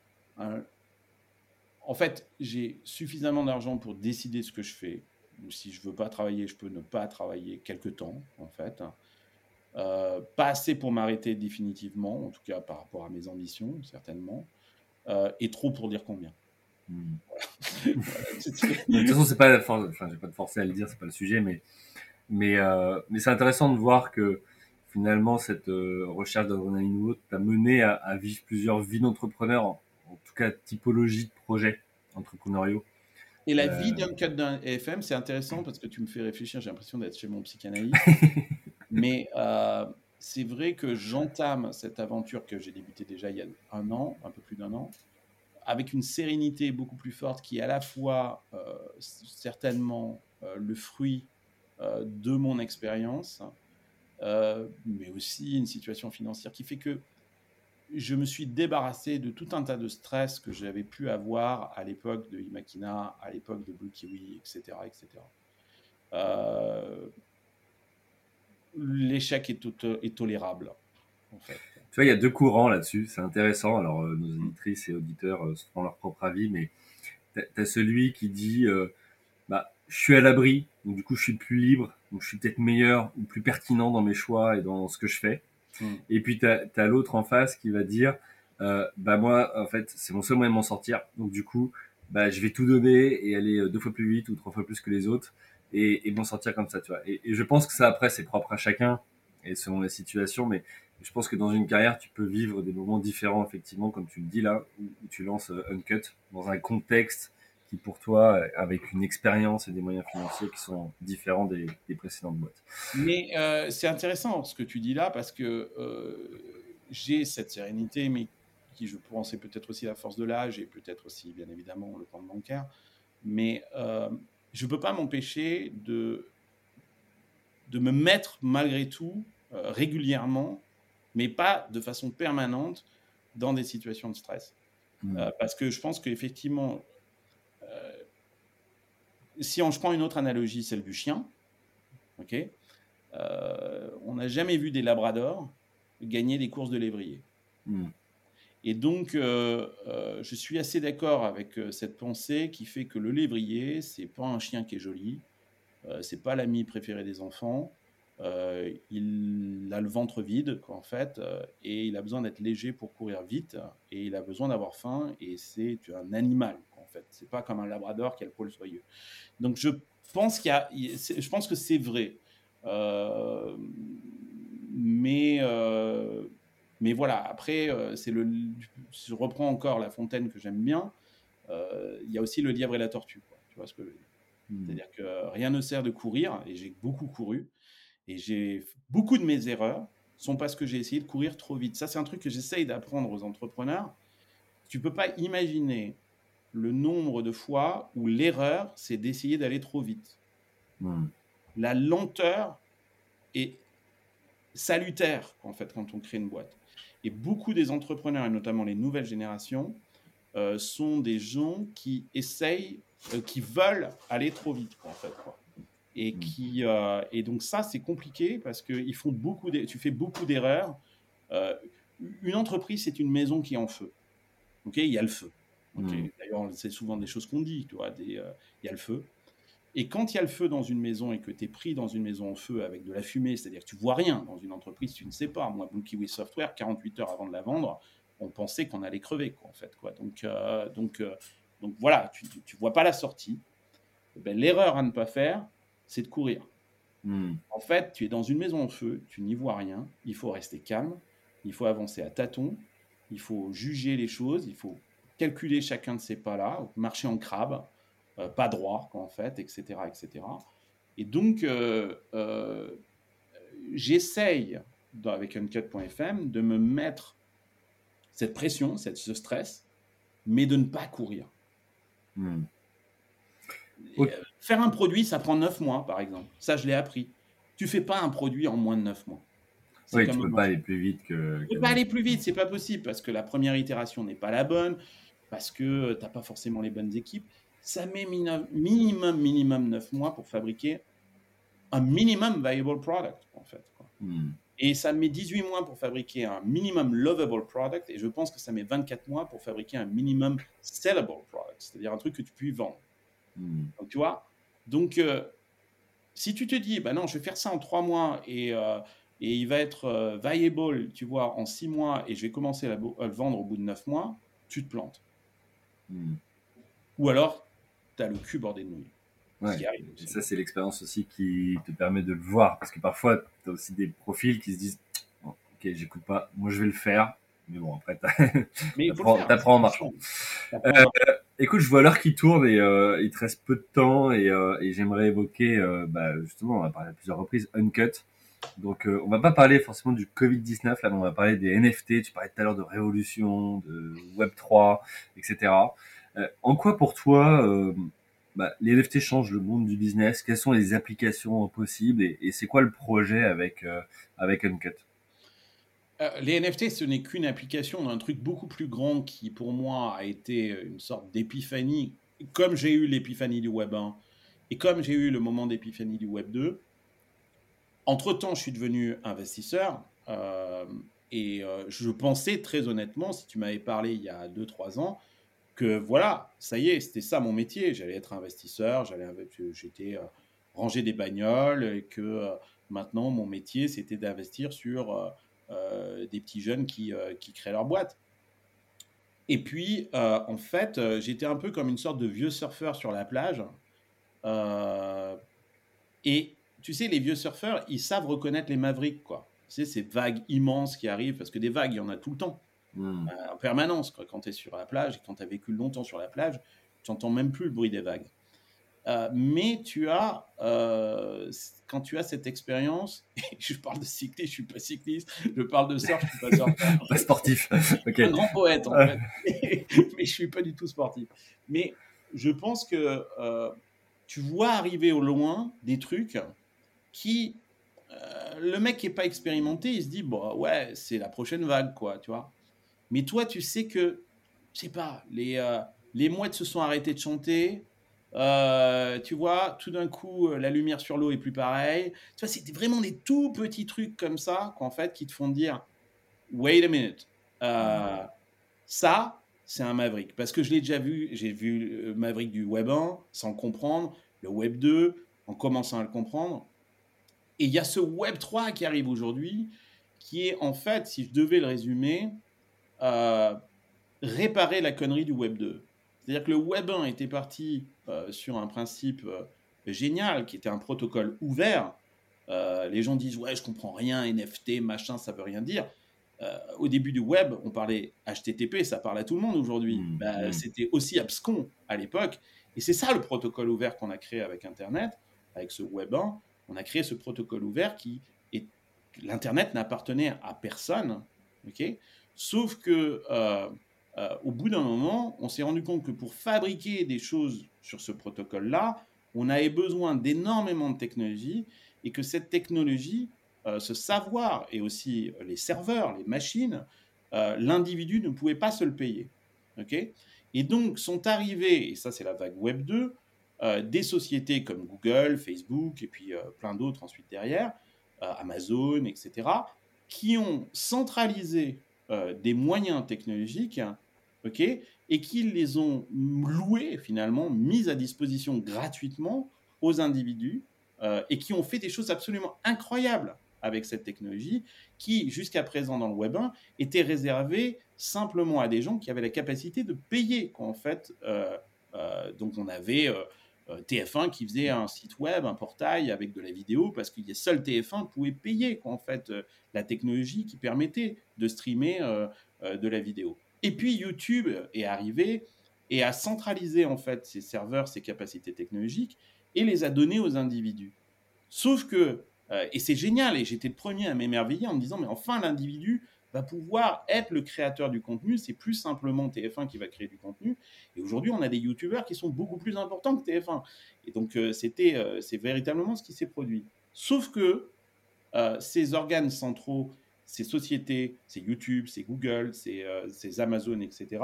en fait, j'ai suffisamment d'argent pour décider ce que je fais. Ou si je ne veux pas travailler, je peux ne pas travailler quelque temps, en fait. Pas assez pour m'arrêter définitivement, en tout cas par rapport à mes ambitions, certainement. Et trop pour dire combien. Voilà, de toute façon, c'est pas, enfin, je vais pas te forcer à le dire, c'est pas le sujet, mais c'est intéressant de voir que finalement cette recherche d'adrénaline ou autre t'a mené à vivre plusieurs vies d'entrepreneurs, en tout cas typologie de projets entrepreneuriaux. Et la vie Euh... d'un cut d'un FM, c'est intéressant parce que tu me fais réfléchir, j'ai l'impression d'être chez mon psychanalyste. Mais c'est vrai que j'entame cette aventure que j'ai débutée déjà il y a un an, un peu plus d'un an, avec une sérénité beaucoup plus forte qui est à la fois certainement le fruit de mon expérience, mais aussi une situation financière qui fait que je me suis débarrassé de tout un tas de stress que j'avais pu avoir à l'époque de Imakina, à l'époque de Blue Kiwi, etc. etc. L'échec est tolérable, en fait. Tu vois, il y a deux courants là-dessus, c'est intéressant. Alors, nos éditrices et auditeurs se font leur propre avis, mais t'as celui qui dit bah, je suis à l'abri, donc du coup, je suis plus libre, donc je suis peut-être meilleur ou plus pertinent dans mes choix et dans ce que je fais. Et puis, t'as l'autre en face qui va dire bah, moi, en fait, c'est mon seul moyen de m'en sortir, donc du coup, bah, je vais tout donner et aller 2 fois plus vite ou 3 fois plus que les autres et m'en sortir comme ça, tu vois. Et je pense que ça, après, c'est propre à chacun et selon les situations, mais je pense que dans une carrière, tu peux vivre des moments différents, effectivement, comme tu le dis là, où tu lances Uncut dans un contexte qui, pour toi, avec une expérience et des moyens financiers qui sont différents des précédentes boîtes. Mais c'est intéressant ce que tu dis là, parce que j'ai cette sérénité, mais qui, je pense, est peut-être aussi la force de l'âge et peut-être aussi, bien évidemment, le plan bancaire. Mais je ne peux pas m'empêcher de me mettre malgré tout régulièrement, mais pas de façon permanente, dans des situations de stress. Parce que je pense qu'effectivement, si je prends une autre analogie, celle du chien, ok, on n'a jamais vu des labradors gagner des courses de lévrier. Et donc, je suis assez d'accord avec cette pensée qui fait que le lévrier, c'est pas un chien qui est joli, c'est pas l'ami préféré des enfants. Il a le ventre vide, quoi, en fait, et il a besoin d'être léger pour courir vite, et il a besoin d'avoir faim, et c'est un animal, quoi, en fait. C'est pas comme un labrador qui a le poil soyeux. Donc, je pense je pense que c'est vrai. Mais voilà, après, je reprends encore La Fontaine que j'aime bien. Il y a aussi Le Lièvre et la Tortue, quoi. Tu vois ce que je veux dire? C'est-à-dire que rien ne sert de courir, et j'ai beaucoup couru, et beaucoup de mes erreurs sont parce que j'ai essayé de courir trop vite. Ça, c'est un truc que j'essaye d'apprendre aux entrepreneurs. Tu peux pas imaginer le nombre de fois où l'erreur, c'est d'essayer d'aller trop vite. La lenteur est salutaire, en fait, quand on crée une boîte. Et beaucoup des entrepreneurs, et notamment les nouvelles générations, sont des gens qui essayent, qui veulent aller trop vite, en fait, quoi. Et donc ça, c'est compliqué parce que tu fais beaucoup d'erreurs. Une entreprise, c'est une maison qui est en feu. Okay, il y a le feu. Okay. D'ailleurs, c'est souvent des choses qu'on dit, tu vois, il y a le feu. Et quand il y a le feu dans une maison et que tu es pris dans une maison en feu avec de la fumée, c'est-à-dire que tu vois rien dans une entreprise, tu ne sais pas. Moi, Blue Kiwi Software, 48 heures avant de la vendre, on pensait qu'on allait crever, quoi, en fait, quoi. Donc voilà, tu vois pas la sortie. Ben, l'erreur à ne pas faire, c'est de courir. En fait, tu es dans une maison en feu, tu n'y vois rien, il faut rester calme, il faut avancer à tâtons, il faut juger les choses, il faut calculer chacun de ces pas-là, marcher en crabe, pas droit, en fait, etc., etc. Et donc, j'essaye, avec Uncut.fm, de me mettre cette pression, ce stress, mais de ne pas courir. Faire un produit, ça prend 9 mois, par exemple. Ça, je l'ai appris. Tu fais pas un produit en moins de 9 mois. Oui, tu peux pas aller plus vite que... Tu peux pas aller plus vite, c'est pas possible, parce que la première itération n'est pas la bonne, parce que tu n'as pas forcément les bonnes équipes. Ça met minimum 9 mois pour fabriquer un minimum viable product, en fait, quoi. Et ça met 18 mois pour fabriquer un minimum lovable product, et je pense que ça met 24 mois pour fabriquer un minimum sellable product, c'est-à-dire un truc que tu puisses vendre. Donc, tu vois, donc si tu te dis, bah non, je vais faire ça en 3 mois et il va être viable, tu vois, en 6 mois et je vais commencer à le vendre au bout de 9 mois, tu te plantes. Ou alors, tu as le cul bordé de nouilles. Ce qui arrive aussi. Et ça, c'est l'expérience aussi qui te permet de le voir. Parce que parfois, tu as aussi des profils qui se disent oh, ok, j'écoute pas, moi je vais le faire. Mais bon, après, t'apprends en marchant. Écoute, je vois l'heure qui tourne et il te reste peu de temps et j'aimerais évoquer, justement, on a parlé à plusieurs reprises, Uncut. Donc, on va pas parler forcément du Covid-19, là, mais on va parler des NFT. Tu parlais tout à l'heure de révolution, de Web3, etc. En quoi, pour toi, les NFT changent le monde du business? Quelles sont les applications possibles et c'est quoi le projet avec Uncut? Les NFT, ce n'est qu'une application d'un truc beaucoup plus grand qui, pour moi, a été une sorte d'épiphanie. Comme j'ai eu l'épiphanie du Web 1 et comme j'ai eu le moment d'épiphanie du Web 2, entre-temps, je suis devenu investisseur et je pensais très honnêtement, si tu m'avais parlé il y a 2-3 ans, que voilà, ça y est, c'était ça mon métier. J'allais être investisseur, j'étais ranger des bagnoles et que maintenant, mon métier, c'était d'investir sur des petits jeunes qui créent leur boîte. Et puis, en fait, j'étais un peu comme une sorte de vieux surfeur sur la plage. Et tu sais, les vieux surfeurs, ils savent reconnaître les mavericks, quoi. Tu sais, ces vagues immenses qui arrivent, parce que des vagues, il y en a tout le temps, en permanence, quoi. Quand tu es sur la plage et quand tu as vécu longtemps sur la plage, tu n'entends même plus le bruit des vagues. Mais quand tu as cette expérience, et je parle de cyclisme, je ne suis pas cycliste, je parle de surf, je ne suis pas surfeur. Pas sportif. Okay. Un grand poète, en fait. Mais je ne suis pas du tout sportif. Mais je pense que tu vois arriver au loin des trucs qui, le mec qui n'est pas expérimenté, il se dit, bon, ouais, c'est la prochaine vague, quoi, tu vois. Mais toi, tu sais que, je sais pas, les mouettes se sont arrêtées de chanter. Tu vois, tout d'un coup, la lumière sur l'eau est plus pareille. Tu vois, c'était vraiment des tout petits trucs comme ça, qu'en fait, qui te font dire, wait a minute, ça, c'est un Maverick. Parce que je l'ai déjà vu, j'ai vu le Maverick du Web 1 sans le comprendre, le Web 2 en commençant à le comprendre. Et il y a ce Web 3 qui arrive aujourd'hui, qui est en fait, si je devais le résumer, réparer la connerie du Web 2. C'est-à-dire que le Web 1 était parti sur un principe génial, qui était un protocole ouvert. Les gens disent, ouais, je comprends rien, NFT, machin, ça veut rien dire. Au début du web, on parlait HTTP, ça parle à tout le monde aujourd'hui. C'était aussi abscon à l'époque. Et c'est ça le protocole ouvert qu'on a créé avec Internet, avec ce Web 1. On a créé ce protocole ouvert qui est... L'Internet n'appartenait à personne, okay. Sauf que au bout d'un moment, on s'est rendu compte que pour fabriquer des choses sur ce protocole-là, on avait besoin d'énormément de technologie et que cette technologie, ce savoir et aussi les serveurs, les machines, l'individu ne pouvait pas se le payer. Okay. Et donc sont arrivés, et ça c'est la vague Web 2, des sociétés comme Google, Facebook et puis plein d'autres ensuite derrière, Amazon, etc., qui ont centralisé des moyens technologiques, okay, et qui les ont loués finalement, mis à disposition gratuitement aux individus et qui ont fait des choses absolument incroyables avec cette technologie qui, jusqu'à présent dans le Web 1, était réservée simplement à des gens qui avaient la capacité de payer. En fait, donc on avait TF1 qui faisait un site web, un portail avec de la vidéo, parce que seul TF1 pouvait payer en fait, la technologie qui permettait de streamer de la vidéo. Et puis YouTube est arrivé et a centralisé en fait ses serveurs, ses capacités technologiques et les a donnés aux individus. Sauf que, et c'est génial, et j'étais le premier à m'émerveiller en me disant, mais enfin l'individu va pouvoir être le créateur du contenu, c'est plus simplement TF1 qui va créer du contenu. Et aujourd'hui, on a des youtubeurs qui sont beaucoup plus importants que TF1. Et donc, c'est véritablement ce qui s'est produit. Sauf que ces organes centraux, ces sociétés, ces YouTube, ces Google, ces Amazon, etc.,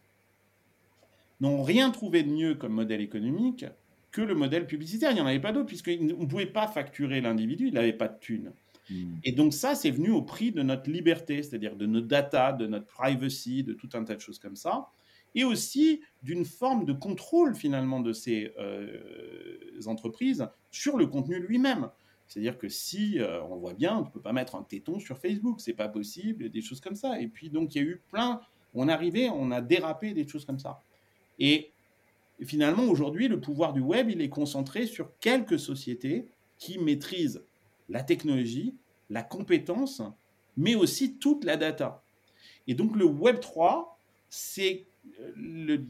n'ont rien trouvé de mieux comme modèle économique que le modèle publicitaire. Il n'y en avait pas d'autre, puisqu'on ne pouvait pas facturer l'individu, il n'avait pas de thunes. Et donc ça, c'est venu au prix de notre liberté, c'est-à-dire de nos data, de notre privacy, de tout un tas de choses comme ça, et aussi d'une forme de contrôle finalement de ces entreprises sur le contenu lui-même. C'est-à-dire que si, on voit bien, on ne peut pas mettre un téton sur Facebook, c'est pas possible, des choses comme ça. Et puis donc il y a eu plein, on a dérapé des choses comme ça. Et finalement, aujourd'hui, le pouvoir du web, il est concentré sur quelques sociétés qui maîtrisent la technologie, la compétence, mais aussi toute la data. Et donc, le Web 3, c'est le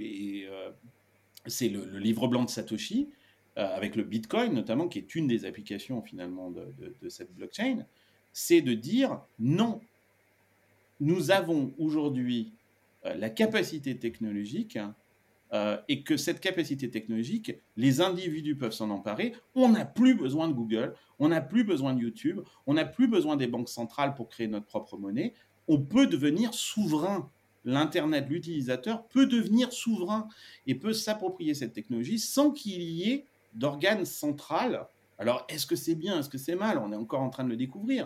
livre blanc de Satoshi, avec le Bitcoin notamment, qui est une des applications finalement de cette blockchain, c'est de dire non, nous avons aujourd'hui la capacité technologique et que cette capacité technologique, les individus peuvent s'en emparer. On n'a plus besoin de Google, on n'a plus besoin de YouTube, on n'a plus besoin des banques centrales pour créer notre propre monnaie. On peut devenir souverain. L'Internet, l'utilisateur peut devenir souverain et peut s'approprier cette technologie sans qu'il y ait d'organe central. Alors, est-ce que c'est bien, est-ce que c'est mal? On est encore en train de le découvrir.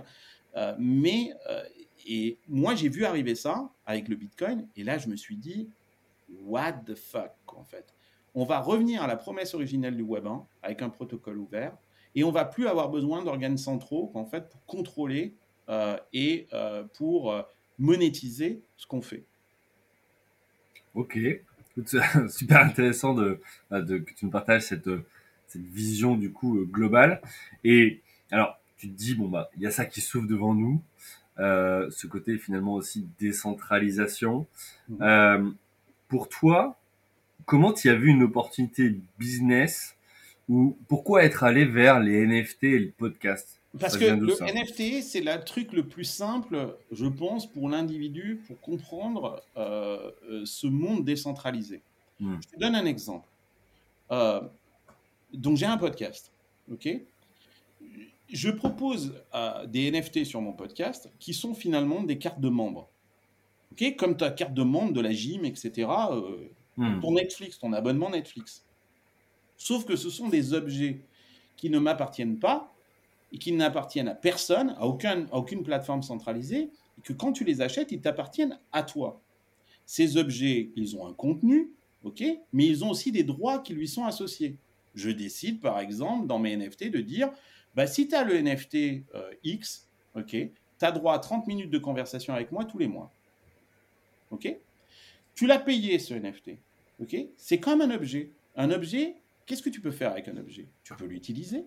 Et moi, j'ai vu arriver ça avec le Bitcoin, et là, je me suis dit, what the fuck, en fait. On va revenir à la promesse originelle du Web 1 avec un protocole ouvert et on va plus avoir besoin d'organes centraux en fait, pour contrôler et pour monétiser ce qu'on fait. Ok, c'est super intéressant que tu nous partages cette vision du coup globale. Et alors, tu te dis, bon, bah, il y a ça qui s'ouvre devant nous, ce côté finalement aussi décentralisation. Pour toi, comment tu as vu une opportunité business ou pourquoi être allé vers les NFT et le podcast? Parce que le NFT, c'est le truc le plus simple, je pense, pour l'individu, pour comprendre ce monde décentralisé. Je te donne un exemple. Donc, j'ai un podcast, ok? Je propose des NFT sur mon podcast qui sont finalement des cartes de membres. Okay, comme ta carte de membre de la gym, etc. Ton Netflix, ton abonnement Netflix. Sauf que ce sont des objets qui ne m'appartiennent pas et qui n'appartiennent à personne, à aucune plateforme centralisée, et que quand tu les achètes, ils t'appartiennent à toi. Ces objets, ils ont un contenu, ok, mais ils ont aussi des droits qui lui sont associés. Je décide, par exemple, dans mes NFT, de dire, bah, si tu as le NFT X, ok, tu as droit à 30 minutes de conversation avec moi tous les mois. Ok, tu l'as payé ce NFT. Ok, c'est comme un objet. Un objet, qu'est-ce que tu peux faire avec un objet? Tu peux l'utiliser.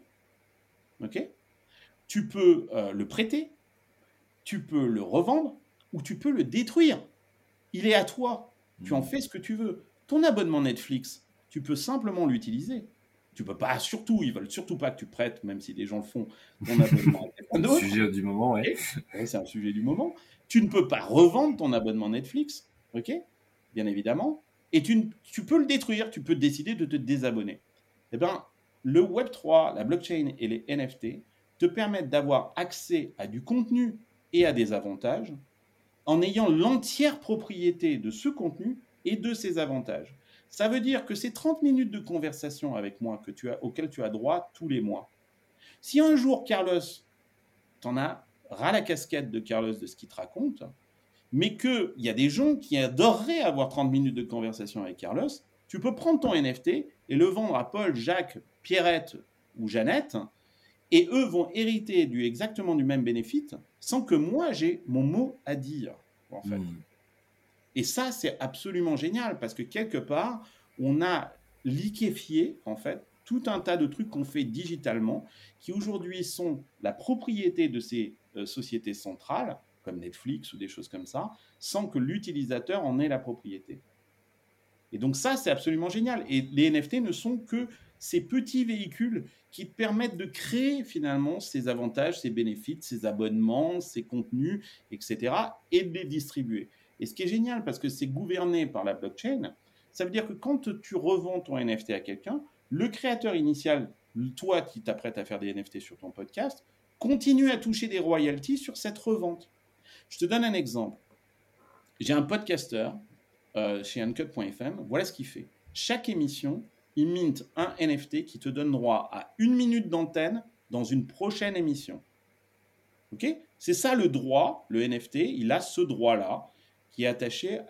Ok, tu peux le prêter, tu peux le revendre ou tu peux le détruire. Il est à toi. Tu en fais ce que tu veux. Ton abonnement Netflix, tu peux simplement l'utiliser. Tu peux pas, surtout, ils veulent surtout pas que tu prêtes, même si des gens le font, ton abonnement à quelqu'un d'autre. C'est un sujet du moment, ouais. Okay, c'est un sujet du moment. Tu ne peux pas revendre ton abonnement Netflix, ok, bien évidemment, et tu peux le détruire, tu peux décider de te désabonner. Eh bien, le Web3, la blockchain et les NFT te permettent d'avoir accès à du contenu et à des avantages en ayant l'entière propriété de ce contenu et de ses avantages. Ça veut dire que ces 30 minutes de conversation avec moi auxquelles tu as droit tous les mois, si un jour, Carlos, t'en as ras la casquette de Carlos de ce qu'il te raconte, mais qu'il y a des gens qui adoreraient avoir 30 minutes de conversation avec Carlos, tu peux prendre ton NFT et le vendre à Paul, Jacques, Pierrette ou Jeannette, et eux vont hériter exactement du même bénéfice sans que moi j'ai mon mot à dire, en fait. Et ça, c'est absolument génial parce que quelque part, on a liquéfié, en fait, tout un tas de trucs qu'on fait digitalement qui aujourd'hui sont la propriété de ces sociétés centrales, comme Netflix ou des choses comme ça, sans que l'utilisateur en ait la propriété. Et donc ça, c'est absolument génial. Et les NFT ne sont que ces petits véhicules qui te permettent de créer finalement ces avantages, ces bénéfices, ces abonnements, ces contenus, etc., et de les distribuer. Et ce qui est génial, parce que c'est gouverné par la blockchain, ça veut dire que quand tu revends ton NFT à quelqu'un, le créateur initial, toi qui t'apprêtes à faire des NFT sur ton podcast, continue à toucher des royalties sur cette revente. Je te donne un exemple. J'ai un podcasteur chez Uncut.fm. Voilà ce qu'il fait. Chaque émission, il mint un NFT qui te donne droit à 1 minute d'antenne dans une prochaine émission. Ok, c'est ça le droit, le NFT, il a ce droit-là qui est attaché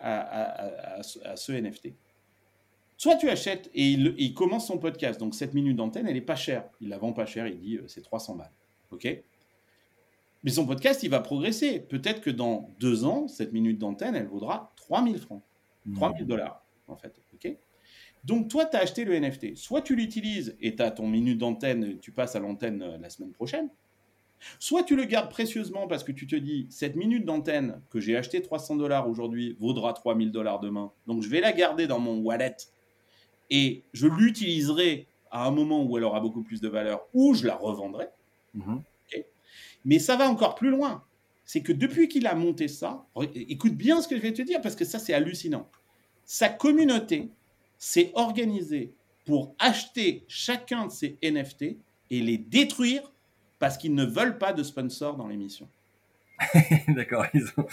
à ce NFT. Soit tu achètes et il commence son podcast, donc 7 minutes d'antenne, elle n'est pas chère. Il la vend pas cher, il dit c'est 300 balles. Ok, mais son podcast, il va progresser. Peut-être que dans 2 ans, cette minute d'antenne, elle vaudra 3000 francs, 3000 dollars, en fait. Ok, donc, toi, tu as acheté le NFT. Soit tu l'utilises et tu as ton minute d'antenne, tu passes à l'antenne la semaine prochaine. Soit tu le gardes précieusement parce que tu te dis, cette minute d'antenne que j'ai acheté 300 dollars aujourd'hui vaudra 3000 dollars demain. Donc, je vais la garder dans mon wallet et je l'utiliserai à un moment où elle aura beaucoup plus de valeur ou je la revendrai. Okay, mais ça va encore plus loin. C'est que depuis qu'il a monté ça, écoute bien ce que je vais te dire parce que ça, c'est hallucinant. Sa communauté s'est organisée pour acheter chacun de ces NFT et les détruire parce qu'ils ne veulent pas de sponsors dans l'émission. D'accord,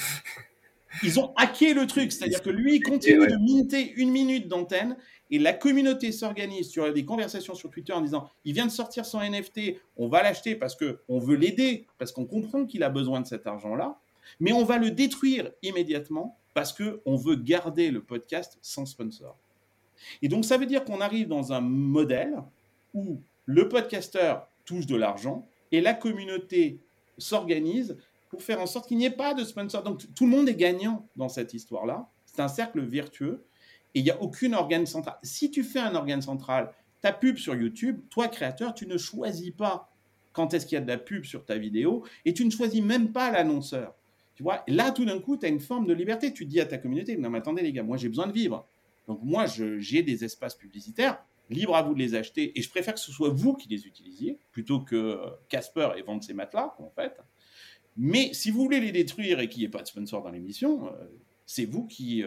Ils ont hacké le truc, c'est-à-dire que lui, il continue de minter 1 minute d'antenne et la communauté s'organise sur des conversations sur Twitter en disant il vient de sortir son NFT, on va l'acheter parce qu'on veut l'aider, parce qu'on comprend qu'il a besoin de cet argent-là, mais on va le détruire immédiatement parce qu'on veut garder le podcast sans sponsor. Et donc, ça veut dire qu'on arrive dans un modèle où le podcasteur touche de l'argent et la communauté s'organise pour faire en sorte qu'il n'y ait pas de sponsor. Donc, tout le monde est gagnant dans cette histoire-là. C'est un cercle vertueux et il n'y a aucune organe central. Si tu fais un organe central, ta pub sur YouTube, toi, créateur, tu ne choisis pas quand est-ce qu'il y a de la pub sur ta vidéo et tu ne choisis même pas l'annonceur. Tu vois, là, tout d'un coup, tu as une forme de liberté. Tu dis à ta communauté, non, mais attendez, les gars, moi, j'ai besoin de vivre. Donc, moi, j'ai des espaces publicitaires, libre à vous de les acheter, et je préfère que ce soit vous qui les utilisiez, plutôt que Casper et vendre ses matelas, en fait. Mais si vous voulez les détruire et qu'il n'y ait pas de sponsor dans l'émission, c'est vous qui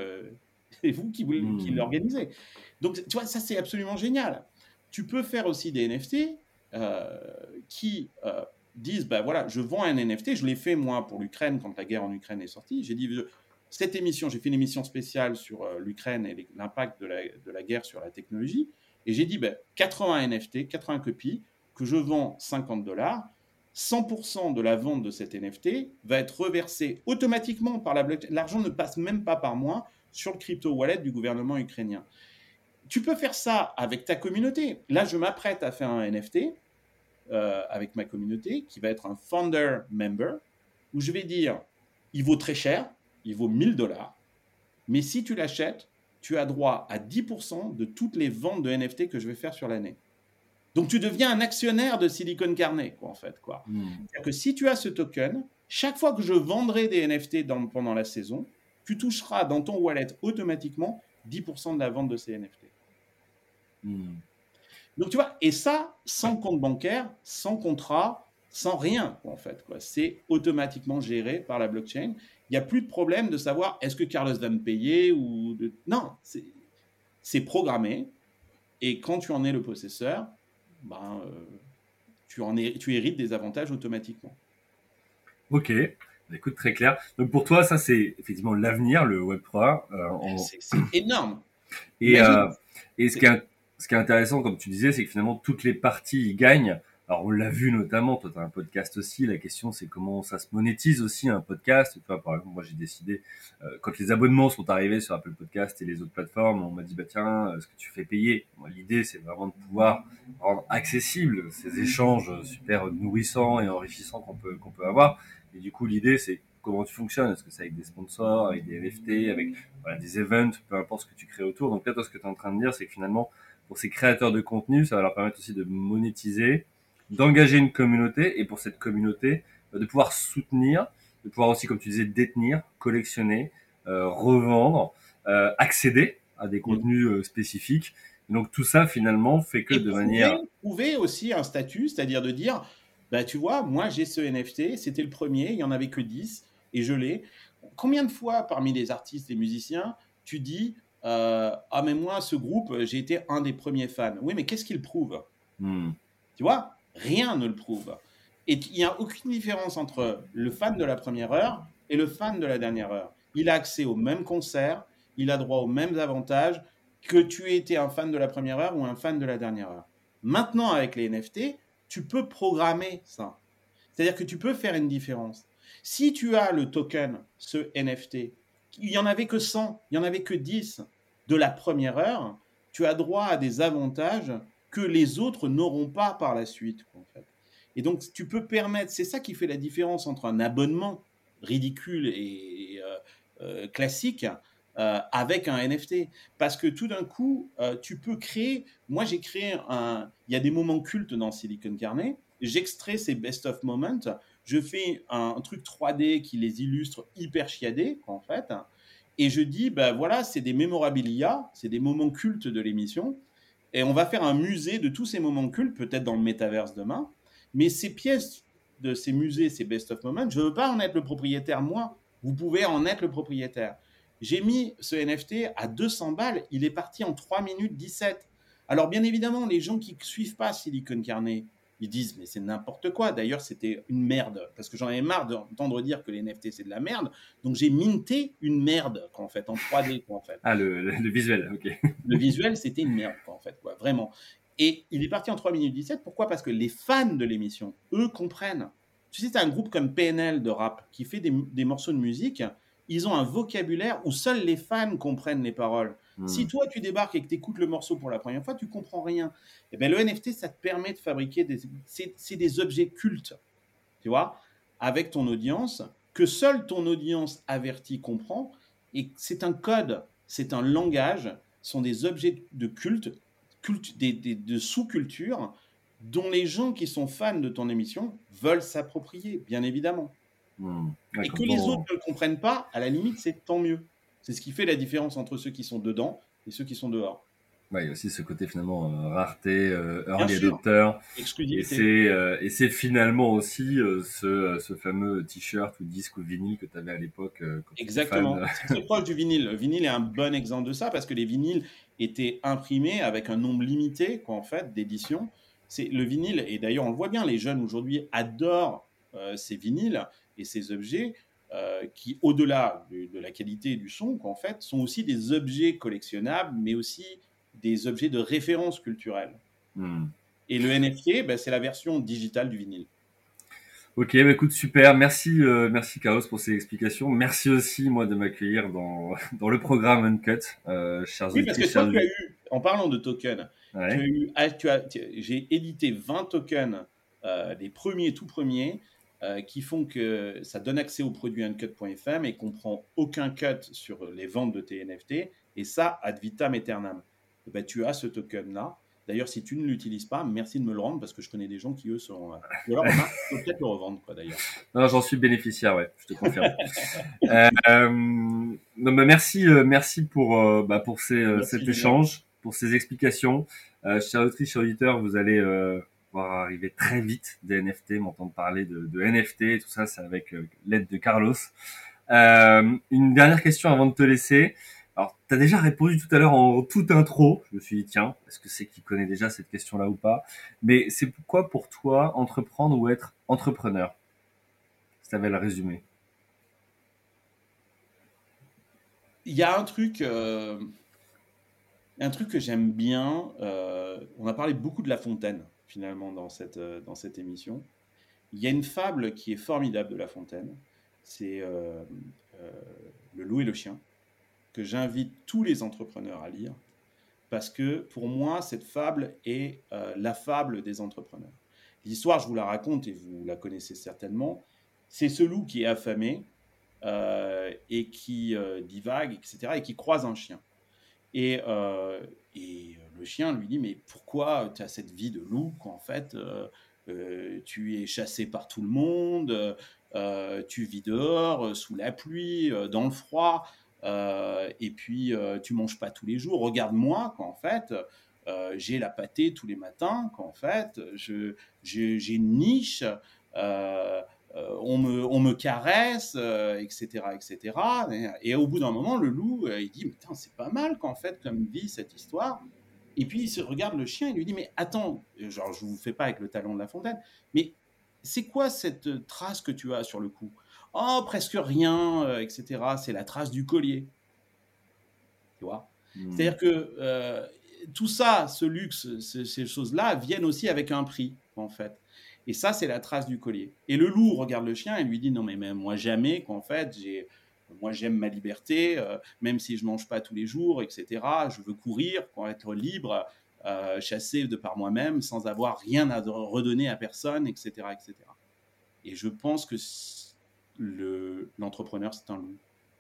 l'organisez. Donc, tu vois, ça, c'est absolument génial. Tu peux faire aussi des NFT qui disent, bah voilà, je vends un NFT, je l'ai fait, moi, pour l'Ukraine, quand la guerre en Ukraine est sortie. J'ai dit, cette émission, j'ai fait une émission spéciale sur l'Ukraine et l'impact de la guerre sur la technologie. Et j'ai dit, 80 NFT, 80 copies, que je vends 50 dollars. 100% de la vente de cet NFT va être reversé automatiquement par la blockchain. L'argent ne passe même pas par moi sur le crypto wallet du gouvernement ukrainien. Tu peux faire ça avec ta communauté. Là, je m'apprête à faire un NFT avec ma communauté qui va être un founder member où je vais dire, il vaut très cher, il vaut 1000 dollars. Mais si tu l'achètes, tu as droit à 10% de toutes les ventes de NFT que je vais faire sur l'année. Donc, tu deviens un actionnaire de Silicon Carnet, quoi, en fait. Quoi. C'est-à-dire que si tu as ce token, chaque fois que je vendrai des NFT pendant la saison, tu toucheras dans ton wallet automatiquement 10% de la vente de ces NFT. Donc, tu vois, et ça, sans compte bancaire, sans contrat, sans rien, quoi, en fait. Quoi. C'est automatiquement géré par la blockchain. Il n'y a plus de problème de savoir est-ce que Carlos va me payer ou... Non, c'est programmé. Et quand tu en es le possesseur, tu hérites des avantages automatiquement. Ok, écoute, très clair. Donc pour toi, ça c'est effectivement l'avenir, le Web3. C'est énorme. Et ce qui est intéressant, comme tu disais, c'est que finalement toutes les parties y gagnent. Alors on l'a vu notamment, toi tu as un podcast aussi, la question c'est comment ça se monétise aussi un podcast. Tu vois, par exemple, moi j'ai décidé, quand les abonnements sont arrivés sur Apple Podcast et les autres plateformes, on m'a dit, tiens, est-ce que tu fais payer? Moi, l'idée c'est vraiment de pouvoir rendre accessible ces échanges super nourrissants et enrichissants qu'on peut avoir. Et du coup l'idée c'est comment tu fonctionnes, est-ce que c'est avec des sponsors, avec des NFT, avec des events, peu importe ce que tu crées autour. Donc là, toi, ce que tu es en train de dire, c'est que finalement, pour ces créateurs de contenu, ça va leur permettre aussi de monétiser, d'engager une communauté, et pour cette communauté, de pouvoir soutenir, de pouvoir aussi, comme tu disais, détenir, collectionner, revendre, accéder à des contenus spécifiques. Et donc tout ça, finalement, fait que de manière... Trouver aussi un statut, c'est-à-dire de dire, tu vois, moi j'ai ce NFT, c'était le premier, il n'y en avait que 10, et je l'ai. Combien de fois, parmi les artistes et musiciens, tu dis, ah mais moi, ce groupe, j'ai été un des premiers fans. Oui, mais qu'est-ce qu'il prouve? Tu vois, rien ne le prouve. Et il n'y a aucune différence entre le fan de la première heure et le fan de la dernière heure. Il a accès aux mêmes concerts, il a droit aux mêmes avantages que tu aies été un fan de la première heure ou un fan de la dernière heure. Maintenant, avec les NFT, tu peux programmer ça. C'est-à-dire que tu peux faire une différence. Si tu as le token, ce NFT, il n'y en avait que 100, il n'y en avait que 10 de la première heure, tu as droit à des avantages que les autres n'auront pas par la suite, en fait. Et donc, tu peux permettre, c'est ça qui fait la différence entre un abonnement ridicule et classique avec un NFT. Parce que tout d'un coup, tu peux créer, moi j'ai créé il y a des moments cultes dans Silicon Carnet, j'extrais ces best of moments, je fais un truc 3D qui les illustre hyper chiadés, en fait, et je dis, ben voilà, c'est des mémorabilia, c'est des moments cultes de l'émission, et on va faire un musée de tous ces moments cultes, peut-être dans le métaverse demain, mais ces pièces de ces musées, ces best-of moments, je ne veux pas en être le propriétaire, moi. Vous pouvez en être le propriétaire. J'ai mis ce NFT à 200 balles, il est parti en 3 minutes 17. Alors bien évidemment, les gens qui ne suivent pas Silicon Carnet, ils disent mais c'est n'importe quoi. D'ailleurs, c'était une merde parce que j'en avais marre d'entendre dire que les NFT c'est de la merde. Donc j'ai minté une merde en fait en 3D en fait. Ah, le visuel, ok. Le visuel, c'était une merde en fait, quoi, vraiment. Et il est parti en 3 minutes 17. Pourquoi? Parce que les fans de l'émission, eux, comprennent. Tu sais, tu as un groupe comme PNL de rap qui fait des morceaux de musique. Ils ont un vocabulaire où seuls les fans comprennent les paroles. Si toi, tu débarques et que tu écoutes le morceau pour la première fois, tu comprends rien. Et bien, le NFT, ça te permet de fabriquer c'est des objets cultes, tu vois, avec ton audience, que seule ton audience avertie comprend. Et c'est un code, c'est un langage, sont des objets de culte, de sous-culture, dont les gens qui sont fans de ton émission veulent s'approprier, bien évidemment. Ouais, Et comme que les autres ton... ne le comprennent pas, à la limite, c'est tant mieux. C'est ce qui fait la différence entre ceux qui sont dedans et ceux qui sont dehors. Ouais, il y a aussi ce côté finalement rareté, Bien early sûr, adopter, exclusivité. et c'est finalement aussi ce fameux t-shirt ou disque ou vinyle que tu avais à l'époque quand tu étais Exactement. fan. C'est très proche du vinyle. Le vinyle est un bon exemple de ça parce que les vinyles étaient imprimés avec un nombre limité, quoi, en fait, d'éditions. C'est le vinyle, et d'ailleurs on le voit bien, les jeunes aujourd'hui adorent ces vinyles et ces objets qui, au-delà de la qualité du son, quoi, en fait, sont aussi des objets collectionnables, mais aussi des objets de référence culturelle. Hmm. Et le NFT, ben, c'est la version digitale du vinyle. Ok, bah écoute, super. Merci, merci Carlos pour ces explications. Merci aussi, moi, de m'accueillir dans le programme Uncut, chers Oui, parce que auditrices, toi, chers... tu as eu, en parlant de tokens, tu as Ouais. eu, j'ai édité 20 tokens, les premiers, tout premiers, qui font que ça donne accès au produit uncut.fm et qu'on prend aucun cut sur les ventes de tes NFT, et ça, ad vitam aeternam. Et ben, tu as ce token-là. D'ailleurs, si tu ne l'utilises pas, merci de me le rendre parce que je connais des gens qui, eux, sont. Ou alors, remarque, tu peux peut-être le revendre, quoi, d'ailleurs. Non, j'en suis bénéficiaire, ouais, je te confirme. Non, bah merci, merci pour Merci, cet Julien. échange, pour ces explications. Chers auditrices, chers auditeurs, vous allez voir arriver très vite des NFT, m'entendre parler de NFT et tout ça, c'est avec l'aide de Carlos. Une dernière question avant de te laisser. Alors, tu as déjà répondu tout à l'heure en toute intro. Je me suis dit, tiens, est-ce que c'est qui connaît déjà cette question-là ou pas? Mais c'est quoi pour toi entreprendre ou être entrepreneur? Si tu avais le résumé. Il y a un truc que j'aime bien. On a parlé beaucoup de La Fontaine, finalement, dans cette émission. Il y a une fable qui est formidable de La Fontaine. C'est euh, Le loup et le chien, que j'invite tous les entrepreneurs à lire, parce que pour moi, cette fable est la fable des entrepreneurs. L'histoire, je vous la raconte et vous la connaissez certainement. C'est ce loup qui est affamé et qui divague, etc., et qui croise un chien. Et, euh, et le chien lui dit, mais pourquoi tu as cette vie de loup quand en fait tu es chassé par tout le monde, tu vis dehors, sous la pluie, dans le froid, et puis tu manges pas tous les jours. Regarde-moi quand en fait j'ai la pâtée tous les matins, quand en fait j'ai une niche. Euh, on me caresse, etc., etc. Et au bout d'un moment, le loup, il dit, mais putain, c'est pas mal qu'en fait, comme vie, cette histoire. Et puis, il se regarde le chien et lui dit, mais attends, genre, je vous fais pas avec le talon de La Fontaine, mais c'est quoi cette trace que tu as sur le cou? Oh, presque rien, etc. C'est la trace du collier, tu vois. Hmm. C'est-à-dire que tout ça, ce luxe, ces choses-là, viennent aussi avec un prix, en fait. Et ça, c'est la trace du collier. Et le loup regarde le chien et lui dit non, mais même moi, jamais, qu'en fait, moi, j'aime ma liberté, même si je ne mange pas tous les jours, etc. Je veux courir, pour être libre, chasser de par moi-même, sans avoir rien à redonner à personne, etc. etc. Et je pense que l'entrepreneur, c'est un loup.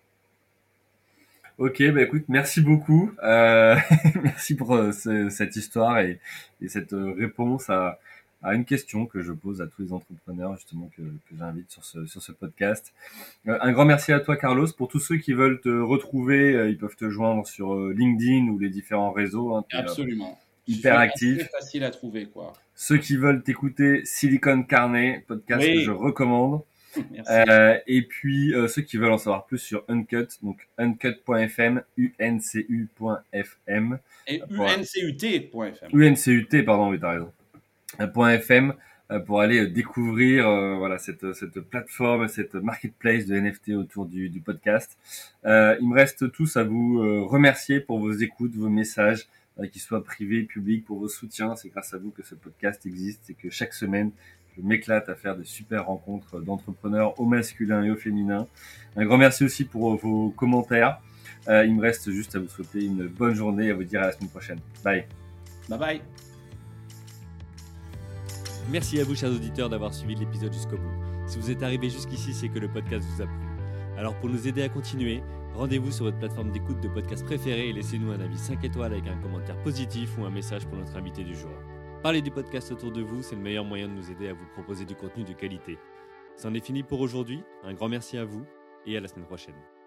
Ok, bah écoute, merci beaucoup. Merci pour cette histoire et cette réponse à une question que je pose à tous les entrepreneurs justement que j'invite sur ce podcast. Un grand merci à toi, Carlos. Pour tous ceux qui veulent te retrouver, ils peuvent te joindre sur LinkedIn ou les différents réseaux. Hein, Absolument. Hyper actif. C'est facile à trouver, quoi. Ceux qui veulent t'écouter, Silicon Carnet, podcast que je recommande. Merci. Et puis ceux qui veulent en savoir plus sur Uncut, donc uncut.fm, uncu.fm. Et uncut.fm. UNCUT, pardon, oui, t'as raison. .fm pour aller découvrir voilà cette plateforme, cette marketplace de NFT autour du podcast. Il me reste tous à vous remercier pour vos écoutes, vos messages, qu'ils soient privés, publics, pour vos soutiens. C'est grâce à vous que ce podcast existe et que chaque semaine, je m'éclate à faire des super rencontres d'entrepreneurs au masculin et au féminin. Un grand merci aussi pour vos commentaires. Il me reste juste à vous souhaiter une bonne journée et à vous dire à la semaine prochaine. Bye. Bye bye. Merci à vous, chers auditeurs, d'avoir suivi l'épisode jusqu'au bout. Si vous êtes arrivés jusqu'ici, c'est que le podcast vous a plu. Alors pour nous aider à continuer, rendez-vous sur votre plateforme d'écoute de podcast préférée et laissez-nous un avis 5 étoiles avec un commentaire positif ou un message pour notre invité du jour. Parlez du podcast autour de vous, c'est le meilleur moyen de nous aider à vous proposer du contenu de qualité. C'en est fini pour aujourd'hui, un grand merci à vous et à la semaine prochaine.